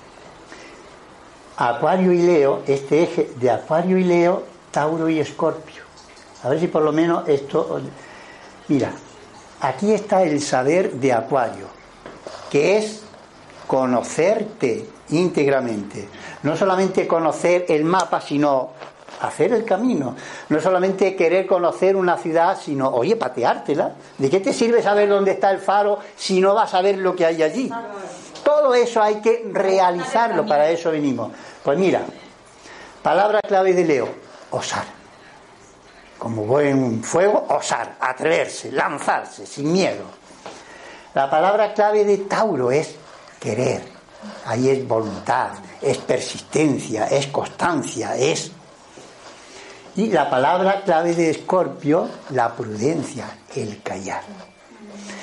Acuario y Leo, este eje de Acuario y Leo, Tauro y Escorpio. A ver si por lo menos esto... Mira, aquí está el saber de Acuario, que es conocerte íntegramente. No solamente conocer el mapa, sino hacer el camino. No solamente querer conocer una ciudad, sino, oye, pateártela. ¿De qué te sirve saber dónde está el faro si no vas a ver lo que hay allí? Todo eso hay que realizarlo, para eso venimos. Pues mira, palabra clave de Leo, osar. Como buen fuego, osar, atreverse, lanzarse, sin miedo. La palabra clave de Tauro es querer. Ahí es voluntad, es persistencia, es constancia, es... Y la palabra clave de Escorpio, la prudencia, el callar.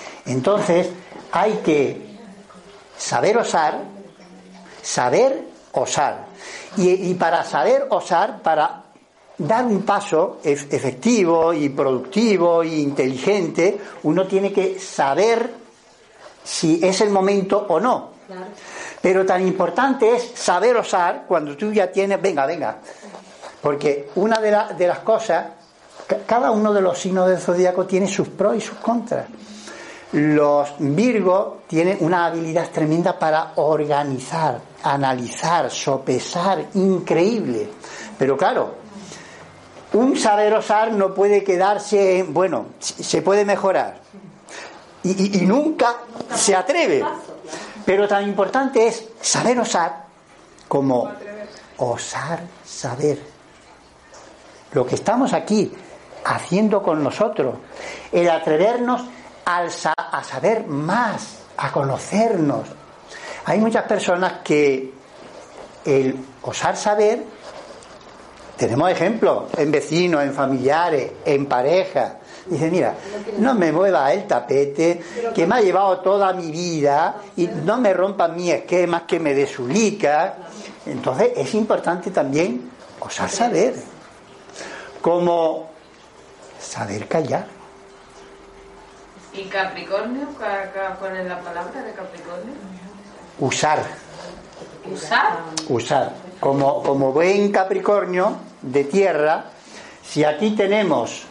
Entonces, hay que saber osar, saber osar. Y para saber osar, para dar un paso efectivo y productivo e inteligente, uno tiene que saber si es el momento o no. Claro. Pero tan importante es saber osar cuando tú ya tienes, venga. Porque una de las cosas, cada uno de los signos del zodíaco tiene sus pros y sus contras. Los Virgos tienen una habilidad tremenda para organizar, analizar, sopesar, increíble. Pero claro, un saber osar no puede quedarse en, bueno, se puede mejorar. Y nunca se atreve. Pero tan importante es saber osar como osar saber. Lo que estamos aquí haciendo con nosotros, el atrevernos a saber más, a conocernos. Hay muchas personas que el osar saber, tenemos ejemplos en vecinos, en familiares, en pareja. Dice, mira, no me mueva el tapete que me ha llevado toda mi vida y no me rompan mis esquemas que me desubica. Entonces es importante también osar saber, como saber callar. ¿Y Capricornio? ¿Cuál es la palabra de Capricornio? Usar. ¿Usar? Como buen Capricornio de tierra, si aquí tenemos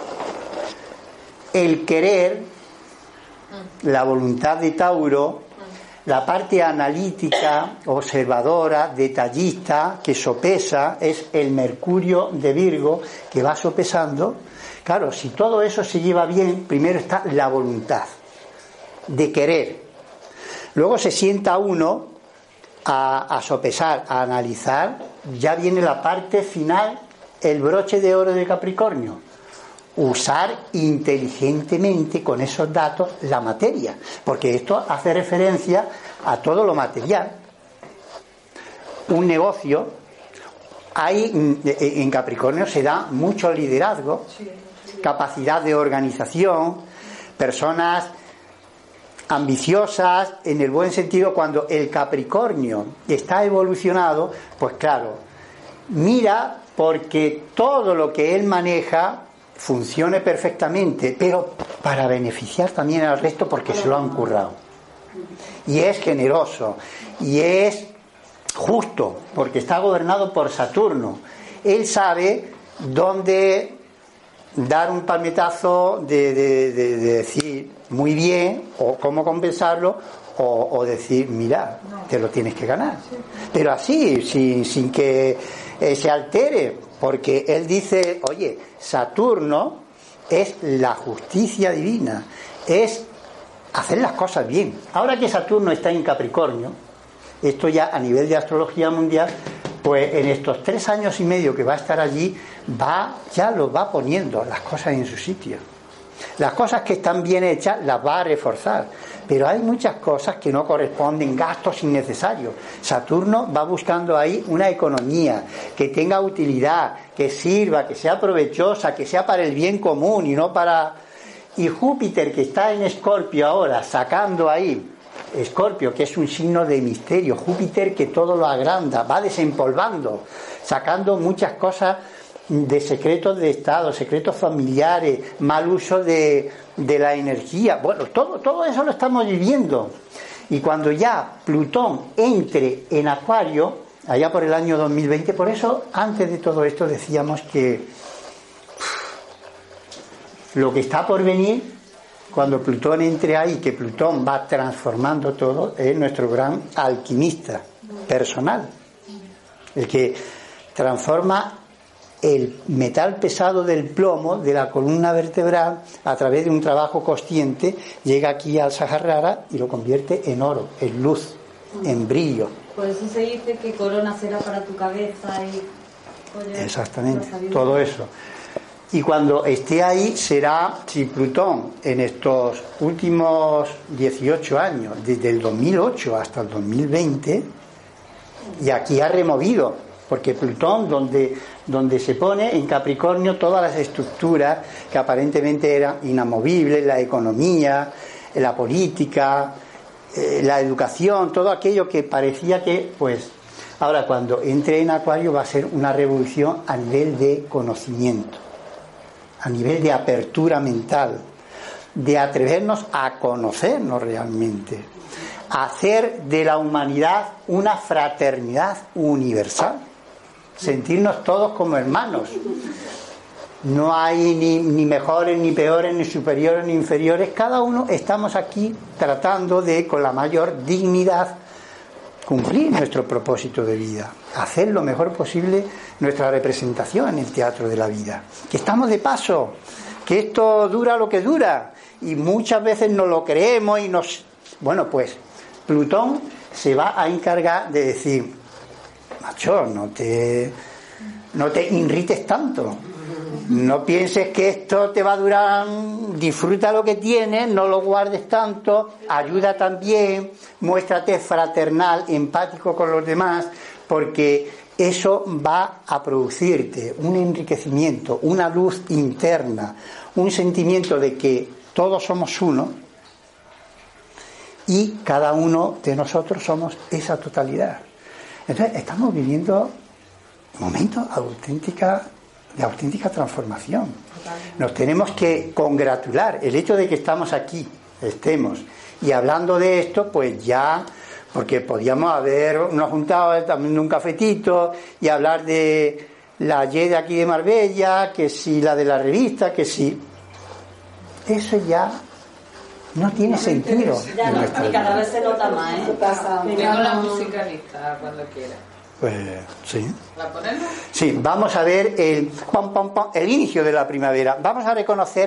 el querer, la voluntad de Tauro, la parte analítica, observadora, detallista, que sopesa, es el Mercurio de Virgo, que va sopesando. Claro, si todo eso se lleva bien, primero está la voluntad de querer. Luego se sienta uno a sopesar, a analizar, ya viene la parte final, el broche de oro de Capricornio. Usar inteligentemente con esos datos la materia, porque esto hace referencia a todo lo material. Un negocio, en Capricornio se da mucho liderazgo, capacidad de organización, personas ambiciosas en el buen sentido. Cuando el Capricornio está evolucionado, pues claro, mira porque todo lo que él maneja funcione perfectamente, pero para beneficiar también al resto, porque se lo han currado. Y es generoso, y es justo, porque está gobernado por Saturno. Él sabe dónde dar un palmetazo de decir muy bien, o cómo compensarlo, o decir, mira, te lo tienes que ganar. Pero así, sin que se altere, porque él dice, oye, Saturno es la justicia divina, es hacer las cosas bien. Ahora que Saturno está en Capricornio, esto ya a nivel de astrología mundial, pues en estos 3 años y medio que va a estar allí, ya lo va poniendo las cosas en su sitio. Las cosas que están bien hechas las va a reforzar, pero hay muchas cosas que no corresponden, gastos innecesarios. Saturno va buscando ahí una economía que tenga utilidad, que sirva, que sea provechosa, que sea para el bien común y no para... Y Júpiter, que está en Escorpio ahora, sacando ahí, Escorpio, que es un signo de misterio, Júpiter que todo lo agranda, va desempolvando, sacando muchas cosas de secretos de Estado, secretos familiares, mal uso de la energía. Bueno, todo eso lo estamos viviendo. Y cuando ya Plutón entre en Acuario, allá por el año 2020, por eso antes de todo esto decíamos que lo que está por venir, cuando Plutón entre ahí, que Plutón va transformando todo, es nuestro gran alquimista personal, el que transforma el metal pesado del plomo de la columna vertebral a través de un trabajo consciente, llega aquí al Sahasrara y lo convierte en oro, en luz, en brillo. Por eso se dice que corona será para tu cabeza y... Exactamente, todo eso. Y cuando esté ahí será, si Plutón en estos últimos 18 años, desde el 2008 hasta el 2020, y aquí ha removido, porque Plutón donde se pone en Capricornio todas las estructuras que aparentemente eran inamovibles, la economía, la política, la educación, todo aquello que parecía que pues Ahora, cuando entre en Acuario va a ser una revolución a nivel de conocimiento, a nivel de apertura mental, de atrevernos a conocernos realmente, a hacer de la humanidad una fraternidad universal, sentirnos todos como hermanos. No hay ni mejores, ni peores, ni superiores, ni inferiores. Cada uno estamos aquí tratando de, con la mayor dignidad, cumplir nuestro propósito de vida, hacer lo mejor posible nuestra representación en el teatro de la vida. Que estamos de paso, que esto dura lo que dura, y muchas veces no lo creemos y nos... Bueno, pues Plutón se va a encargar de decir, macho, no te irrites tanto. No pienses que esto te va a durar, disfruta lo que tienes, no lo guardes tanto, ayuda también, muéstrate fraternal, empático con los demás, porque eso va a producirte un enriquecimiento, una luz interna, un sentimiento de que todos somos uno y cada uno de nosotros somos esa totalidad. Entonces estamos viviendo momentos de auténtica transformación. Nos tenemos que congratular. El hecho de que estamos aquí, estemos, y hablando de esto, pues ya, porque podíamos habernos juntado también en un cafetito y hablar de la Y de aquí de Marbella, que si la de la revista, que si... Eso ya no tiene sentido. Ya no, y cada vez se nota más, ¿eh? Tengo la música lista cuando quiera. Pues sí. ¿La ponemos? Sí, vamos a ver el inicio de la primavera. Vamos a reconocer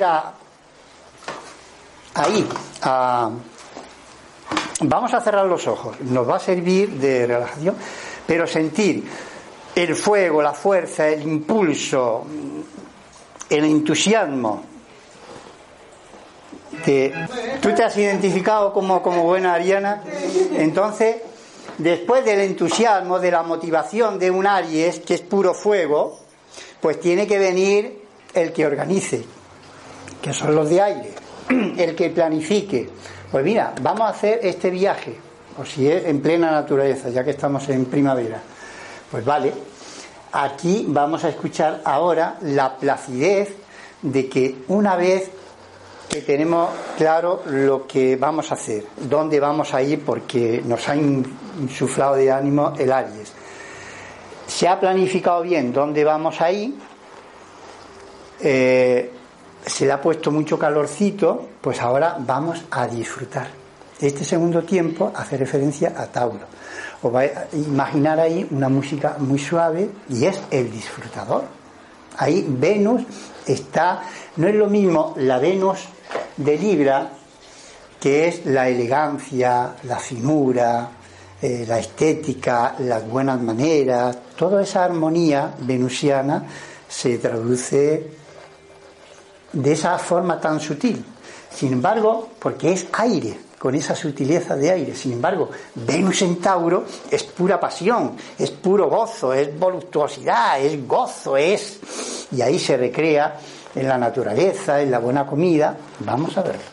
vamos a cerrar los ojos. Nos va a servir de relajación, pero sentir el fuego, la fuerza, el impulso, el entusiasmo. Tú te has identificado como buena ariana, entonces... Después del entusiasmo, de la motivación de un Aries, que es puro fuego, pues tiene que venir el que organice, que son los de aire, el que planifique. Pues mira, vamos a hacer este viaje, o si es en plena naturaleza, ya que estamos en primavera. Pues vale, aquí vamos a escuchar ahora la placidez de que una vez que tenemos claro lo que vamos a hacer, dónde vamos a ir, porque nos ha insuflado de ánimo el Aries. Se ha planificado bien dónde vamos a ir, se le ha puesto mucho calorcito, pues ahora vamos a disfrutar. Este segundo tiempo hace referencia a Tauro. Os vais a imaginar ahí una música muy suave y es el disfrutador. Ahí Venus está, no es lo mismo la Venus de Libra, que es la elegancia, la finura, la estética, las buenas maneras, toda esa armonía venusiana se traduce de esa forma tan sutil. Sin embargo, porque es aire, con esa sutileza de aire. Sin embargo, Venus en Tauro es pura pasión, es puro gozo, es voluptuosidad, es gozo, y ahí se recrea en la naturaleza, en la buena comida. Vamos a verlo.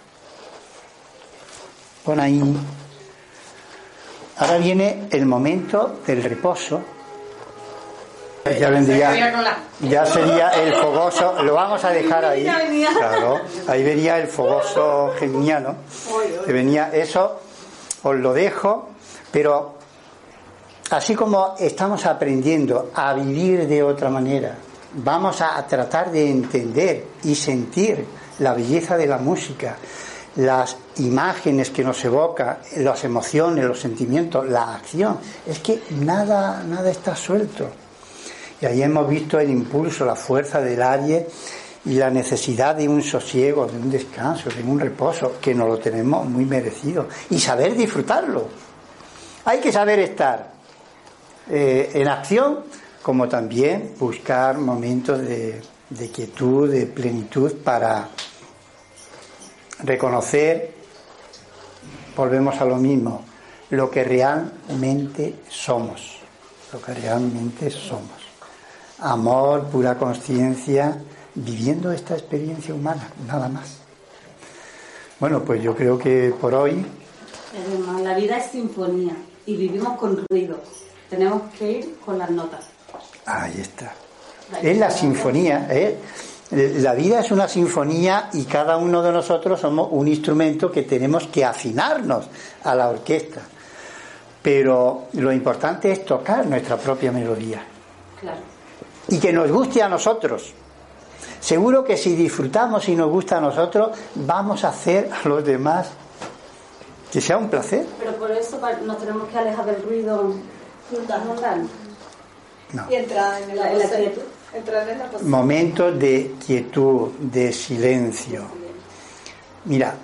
Pon ahí. Ahora viene el momento del reposo. Ya vendría, ya sería el fogoso. Lo vamos a dejar ahí. Claro, ahí venía el fogoso geminiano. Que venía eso. Os lo dejo, pero así como estamos aprendiendo a vivir de otra manera, vamos a tratar de entender y sentir la belleza de la música, las imágenes que nos evoca, las emociones, los sentimientos, la acción. Es que nada está suelto. Y ahí hemos visto el impulso, la fuerza del Aries y la necesidad de un sosiego, de un descanso, de un reposo, que nos lo tenemos muy merecido. Y saber disfrutarlo. Hay que saber estar en acción, como también buscar momentos de quietud, de plenitud, para reconocer, volvemos a lo mismo, lo que realmente somos. Lo que realmente somos. Amor, pura conciencia, viviendo esta experiencia humana, nada más. Bueno, pues yo creo que por hoy... Además, la vida es sinfonía y vivimos con ruido. tenemos que ir con las notas. Ahí está. Es la sinfonía, ¿eh? La vida es una sinfonía y cada uno de nosotros somos un instrumento que tenemos que afinarnos a la orquesta. Pero lo importante es tocar nuestra propia melodía. Claro. Y que nos guste a nosotros. Seguro que si disfrutamos y nos gusta a nosotros, vamos a hacer a los demás que sea un placer. Pero por eso nos tenemos que alejar del ruido mundano. No. Y entrar en la quietud. Entrar en la posición. Momentos de quietud, de silencio. Mira,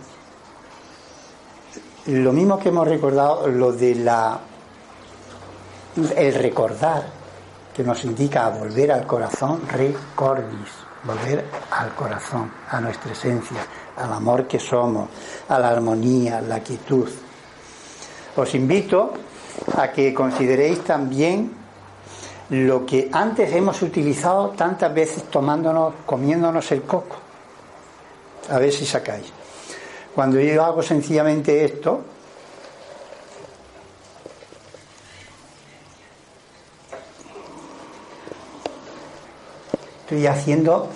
lo mismo que hemos recordado, lo de el recordar, que nos indica a volver al corazón, recordis, volver al corazón, a nuestra esencia, al amor que somos, a la armonía, la quietud. Os invito a que consideréis también lo que antes hemos utilizado tantas veces comiéndonos el coco. A ver si sacáis. Cuando yo hago sencillamente esto, estoy haciendo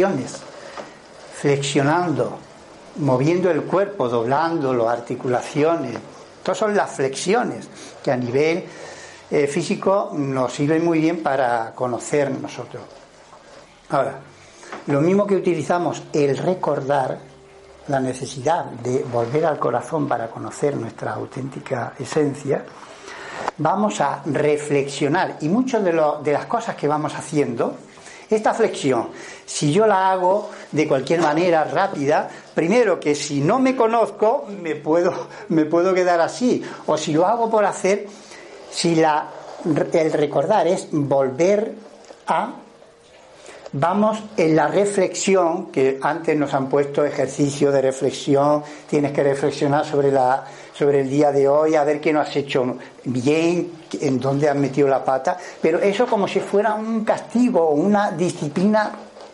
flexionando, moviendo el cuerpo, doblándolo, articulaciones. Estas son las flexiones que a nivel físico nos sirven muy bien para conocer nosotros. Ahora, lo mismo que utilizamos el recordar, la necesidad de volver al corazón para conocer nuestra auténtica esencia, vamos a reflexionar, y muchas de las cosas que vamos haciendo, esta flexión, si yo la hago de cualquier manera rápida, primero que si no me conozco me puedo quedar así, o si lo hago por hacer, si el recordar es volver a, vamos en la reflexión, que antes nos han puesto ejercicio de reflexión, tienes que reflexionar sobre el día de hoy, a ver qué no has hecho bien, en dónde has metido la pata, pero eso como si fuera un castigo o una disciplina.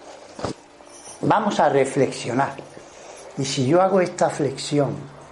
Vamos a reflexionar. Y si yo hago esta flexión,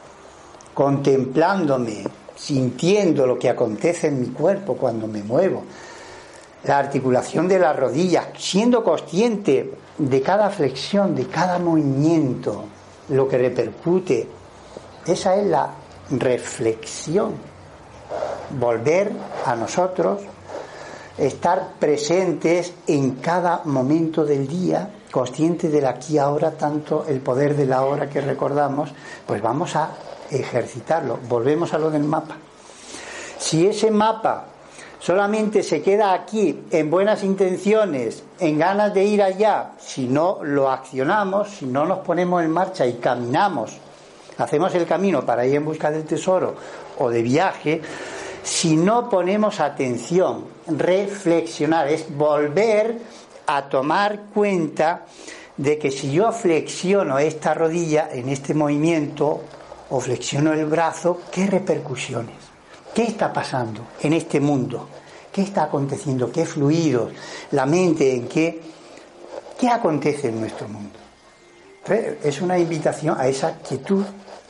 contemplándome, sintiendo lo que acontece en mi cuerpo cuando me muevo, la articulación de las rodillas, siendo consciente de cada flexión, de cada movimiento, lo que repercute, esa es la reflexión. Volver a nosotros, estar presentes en cada momento del día, conscientes del aquí y ahora, tanto el poder de la hora que recordamos, pues vamos a ejercitarlo. Volvemos a lo del mapa. Si ese mapa solamente se queda aquí en buenas intenciones, en ganas de ir allá, si no lo accionamos, si no nos ponemos en marcha y caminamos, hacemos el camino para ir en busca del tesoro o de viaje, si no ponemos atención, reflexionar, es volver a tomar cuenta de que si yo flexiono esta rodilla en este movimiento o flexiono el brazo, ¿qué repercusiones? ¿Qué está pasando en este mundo? ¿Qué está aconteciendo? ¿Qué fluidos? La mente, ¿en qué acontece en nuestro mundo? Entonces, es una invitación a esa quietud,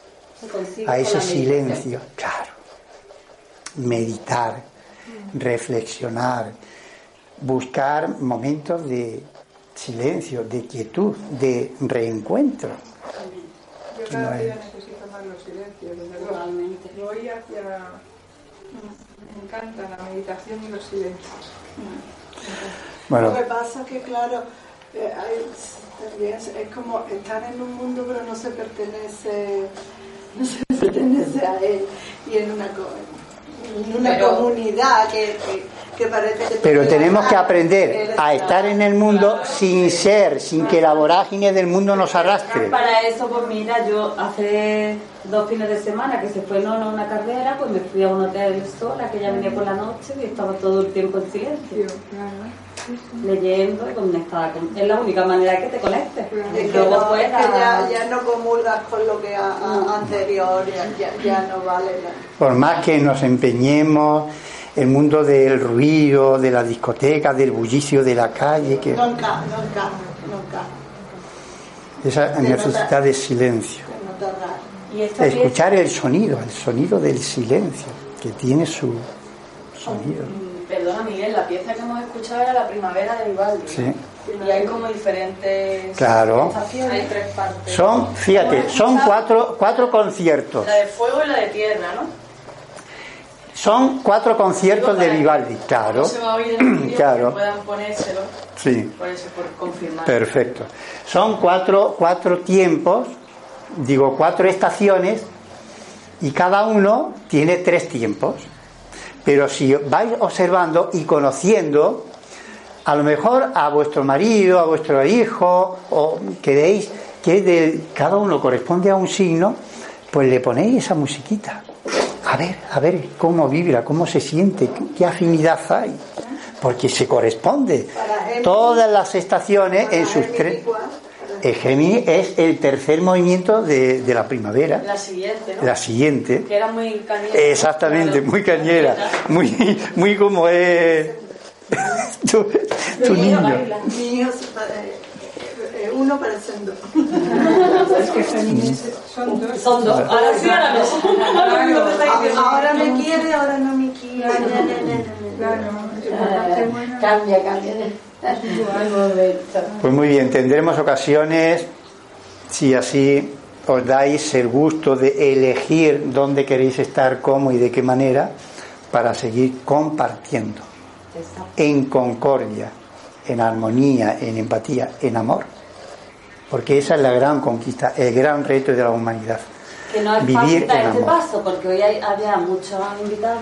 a ese silencio. Claro. Meditar, reflexionar, buscar momentos de silencio, de quietud, de reencuentro. Yo cada día necesito más los silencios, desde luego. Voy hacia... Me encanta la meditación y los silencios. Bueno. Lo que pasa es que, claro, también es como estar en un mundo pero no se pertenece a él, y en una comunidad que parece que... Pero tenemos que aprender a estar en el mundo sin que la vorágine del mundo nos arrastre. Para eso, pues mira, yo hace 2 fines de semana que se fue Nono a una carrera, pues me fui a un hotel sola, que ya venía por la noche y estaba todo el tiempo en silencio, leyendo y conectada. Es la única manera que te conectes. Es que ya no comulgas con lo que anterior, ya no vale nada. Por más que nos empeñemos, el mundo del ruido, de la discoteca, del bullicio de la calle, que Nunca. esa necesidad de silencio. Escuchar el sonido del silencio, que tiene su sonido. Perdona, Miguel, la pieza que hemos escuchado era La primavera de Vivaldi. Sí. Y hay como diferentes estaciones. Hay 3 partes. Son cuatro conciertos. La de fuego y la de tierra, ¿no? Son 4 conciertos de Vivaldi, claro. No se va a oír en el vídeo, claro. que puedan ponérselo. Sí. Por eso, por confirmar. Perfecto. Son cuatro tiempos, 4 estaciones, y cada uno tiene 3 tiempos. Pero si vais observando y conociendo, a lo mejor a vuestro marido, a vuestro hijo, o queréis que cada uno corresponde a un signo, pues le ponéis esa musiquita. A ver cómo vibra, cómo se siente, qué afinidad hay. Porque se corresponde. Todas las estaciones en sus 3. El Géminis es el tercer movimiento de la primavera. La siguiente, ¿no? La siguiente. Que era muy cañera. Exactamente, claro. Muy cañera. Muy como es tu niño. Míos, uno parecen 2. Es que Géminis son 2. Son 2. Ahora sí, ahora no. Ahora me quiere, ahora no me quiere. Cambia. Pues muy bien, tendremos ocasiones, si así os dais el gusto de elegir dónde queréis estar, cómo y de qué manera, para seguir compartiendo en concordia, en armonía, en empatía, en amor. Porque esa es la gran conquista, el gran reto de la humanidad. Que no es vivir fácil dar en este amor. paso, porque hoy había muchos invitados.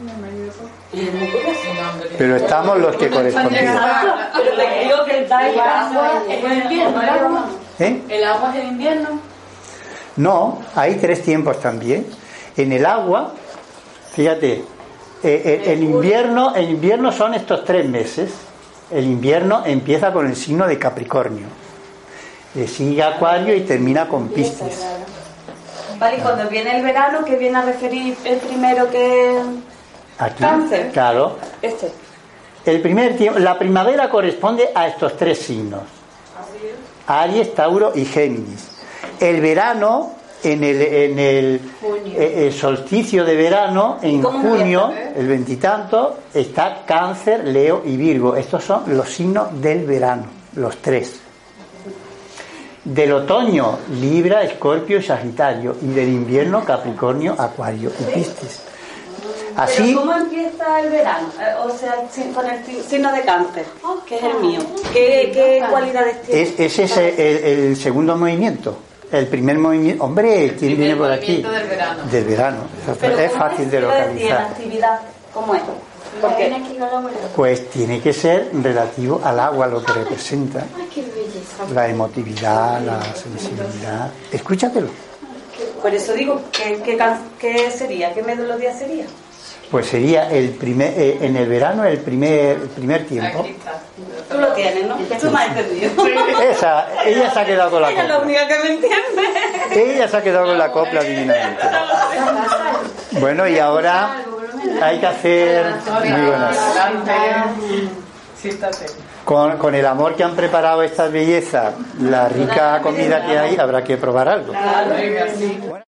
Pero estamos los que correspondemos. Pero te digo que el agua es el invierno, el agua. ¿El agua es el invierno? No, hay 3 tiempos también. En el agua, fíjate, el invierno son estos 3 meses. El invierno empieza con el signo de Capricornio, le sigue Acuario y termina con Piscis. Vale, y cuando viene el verano, ¿qué viene a referir el primero que Aquí, Cáncer? claro. El primer tiempo, la primavera corresponde a estos 3 signos: Aries, Tauro y Géminis. El verano, en el solsticio de verano, en junio, el 20 y tanto, está Cáncer, Leo y Virgo. Estos son los signos del verano, los 3. Del otoño, Libra, Escorpio y Sagitario. Y del invierno, Capricornio, Acuario y Piscis. Así. ¿Pero cómo empieza el verano? O sea, con el signo de Cáncer, que es el mío. ¿Qué cualidades tiene? Ese es el segundo movimiento. El primer movimiento, hombre, ¿quién viene por aquí? Del verano. Es fácil de localizar. ¿La actividad cómo es? Porque pues tiene que ser relativo al agua, lo que representa. La emotividad, la sensibilidad. Escúchatelo. Por eso digo, ¿qué sería? ¿Qué melodía sería? Pues sería en el verano el primer tiempo. Tú lo tienes, ¿no? Tú me has entendido. Ella se ha quedado con la copla. Ella es la única que me entiende. Ella se ha quedado con la copla divinamente. Bueno, y ahora hay que hacer muy buenas. Con el amor que han preparado estas bellezas, la rica comida que hay, habrá que probar algo.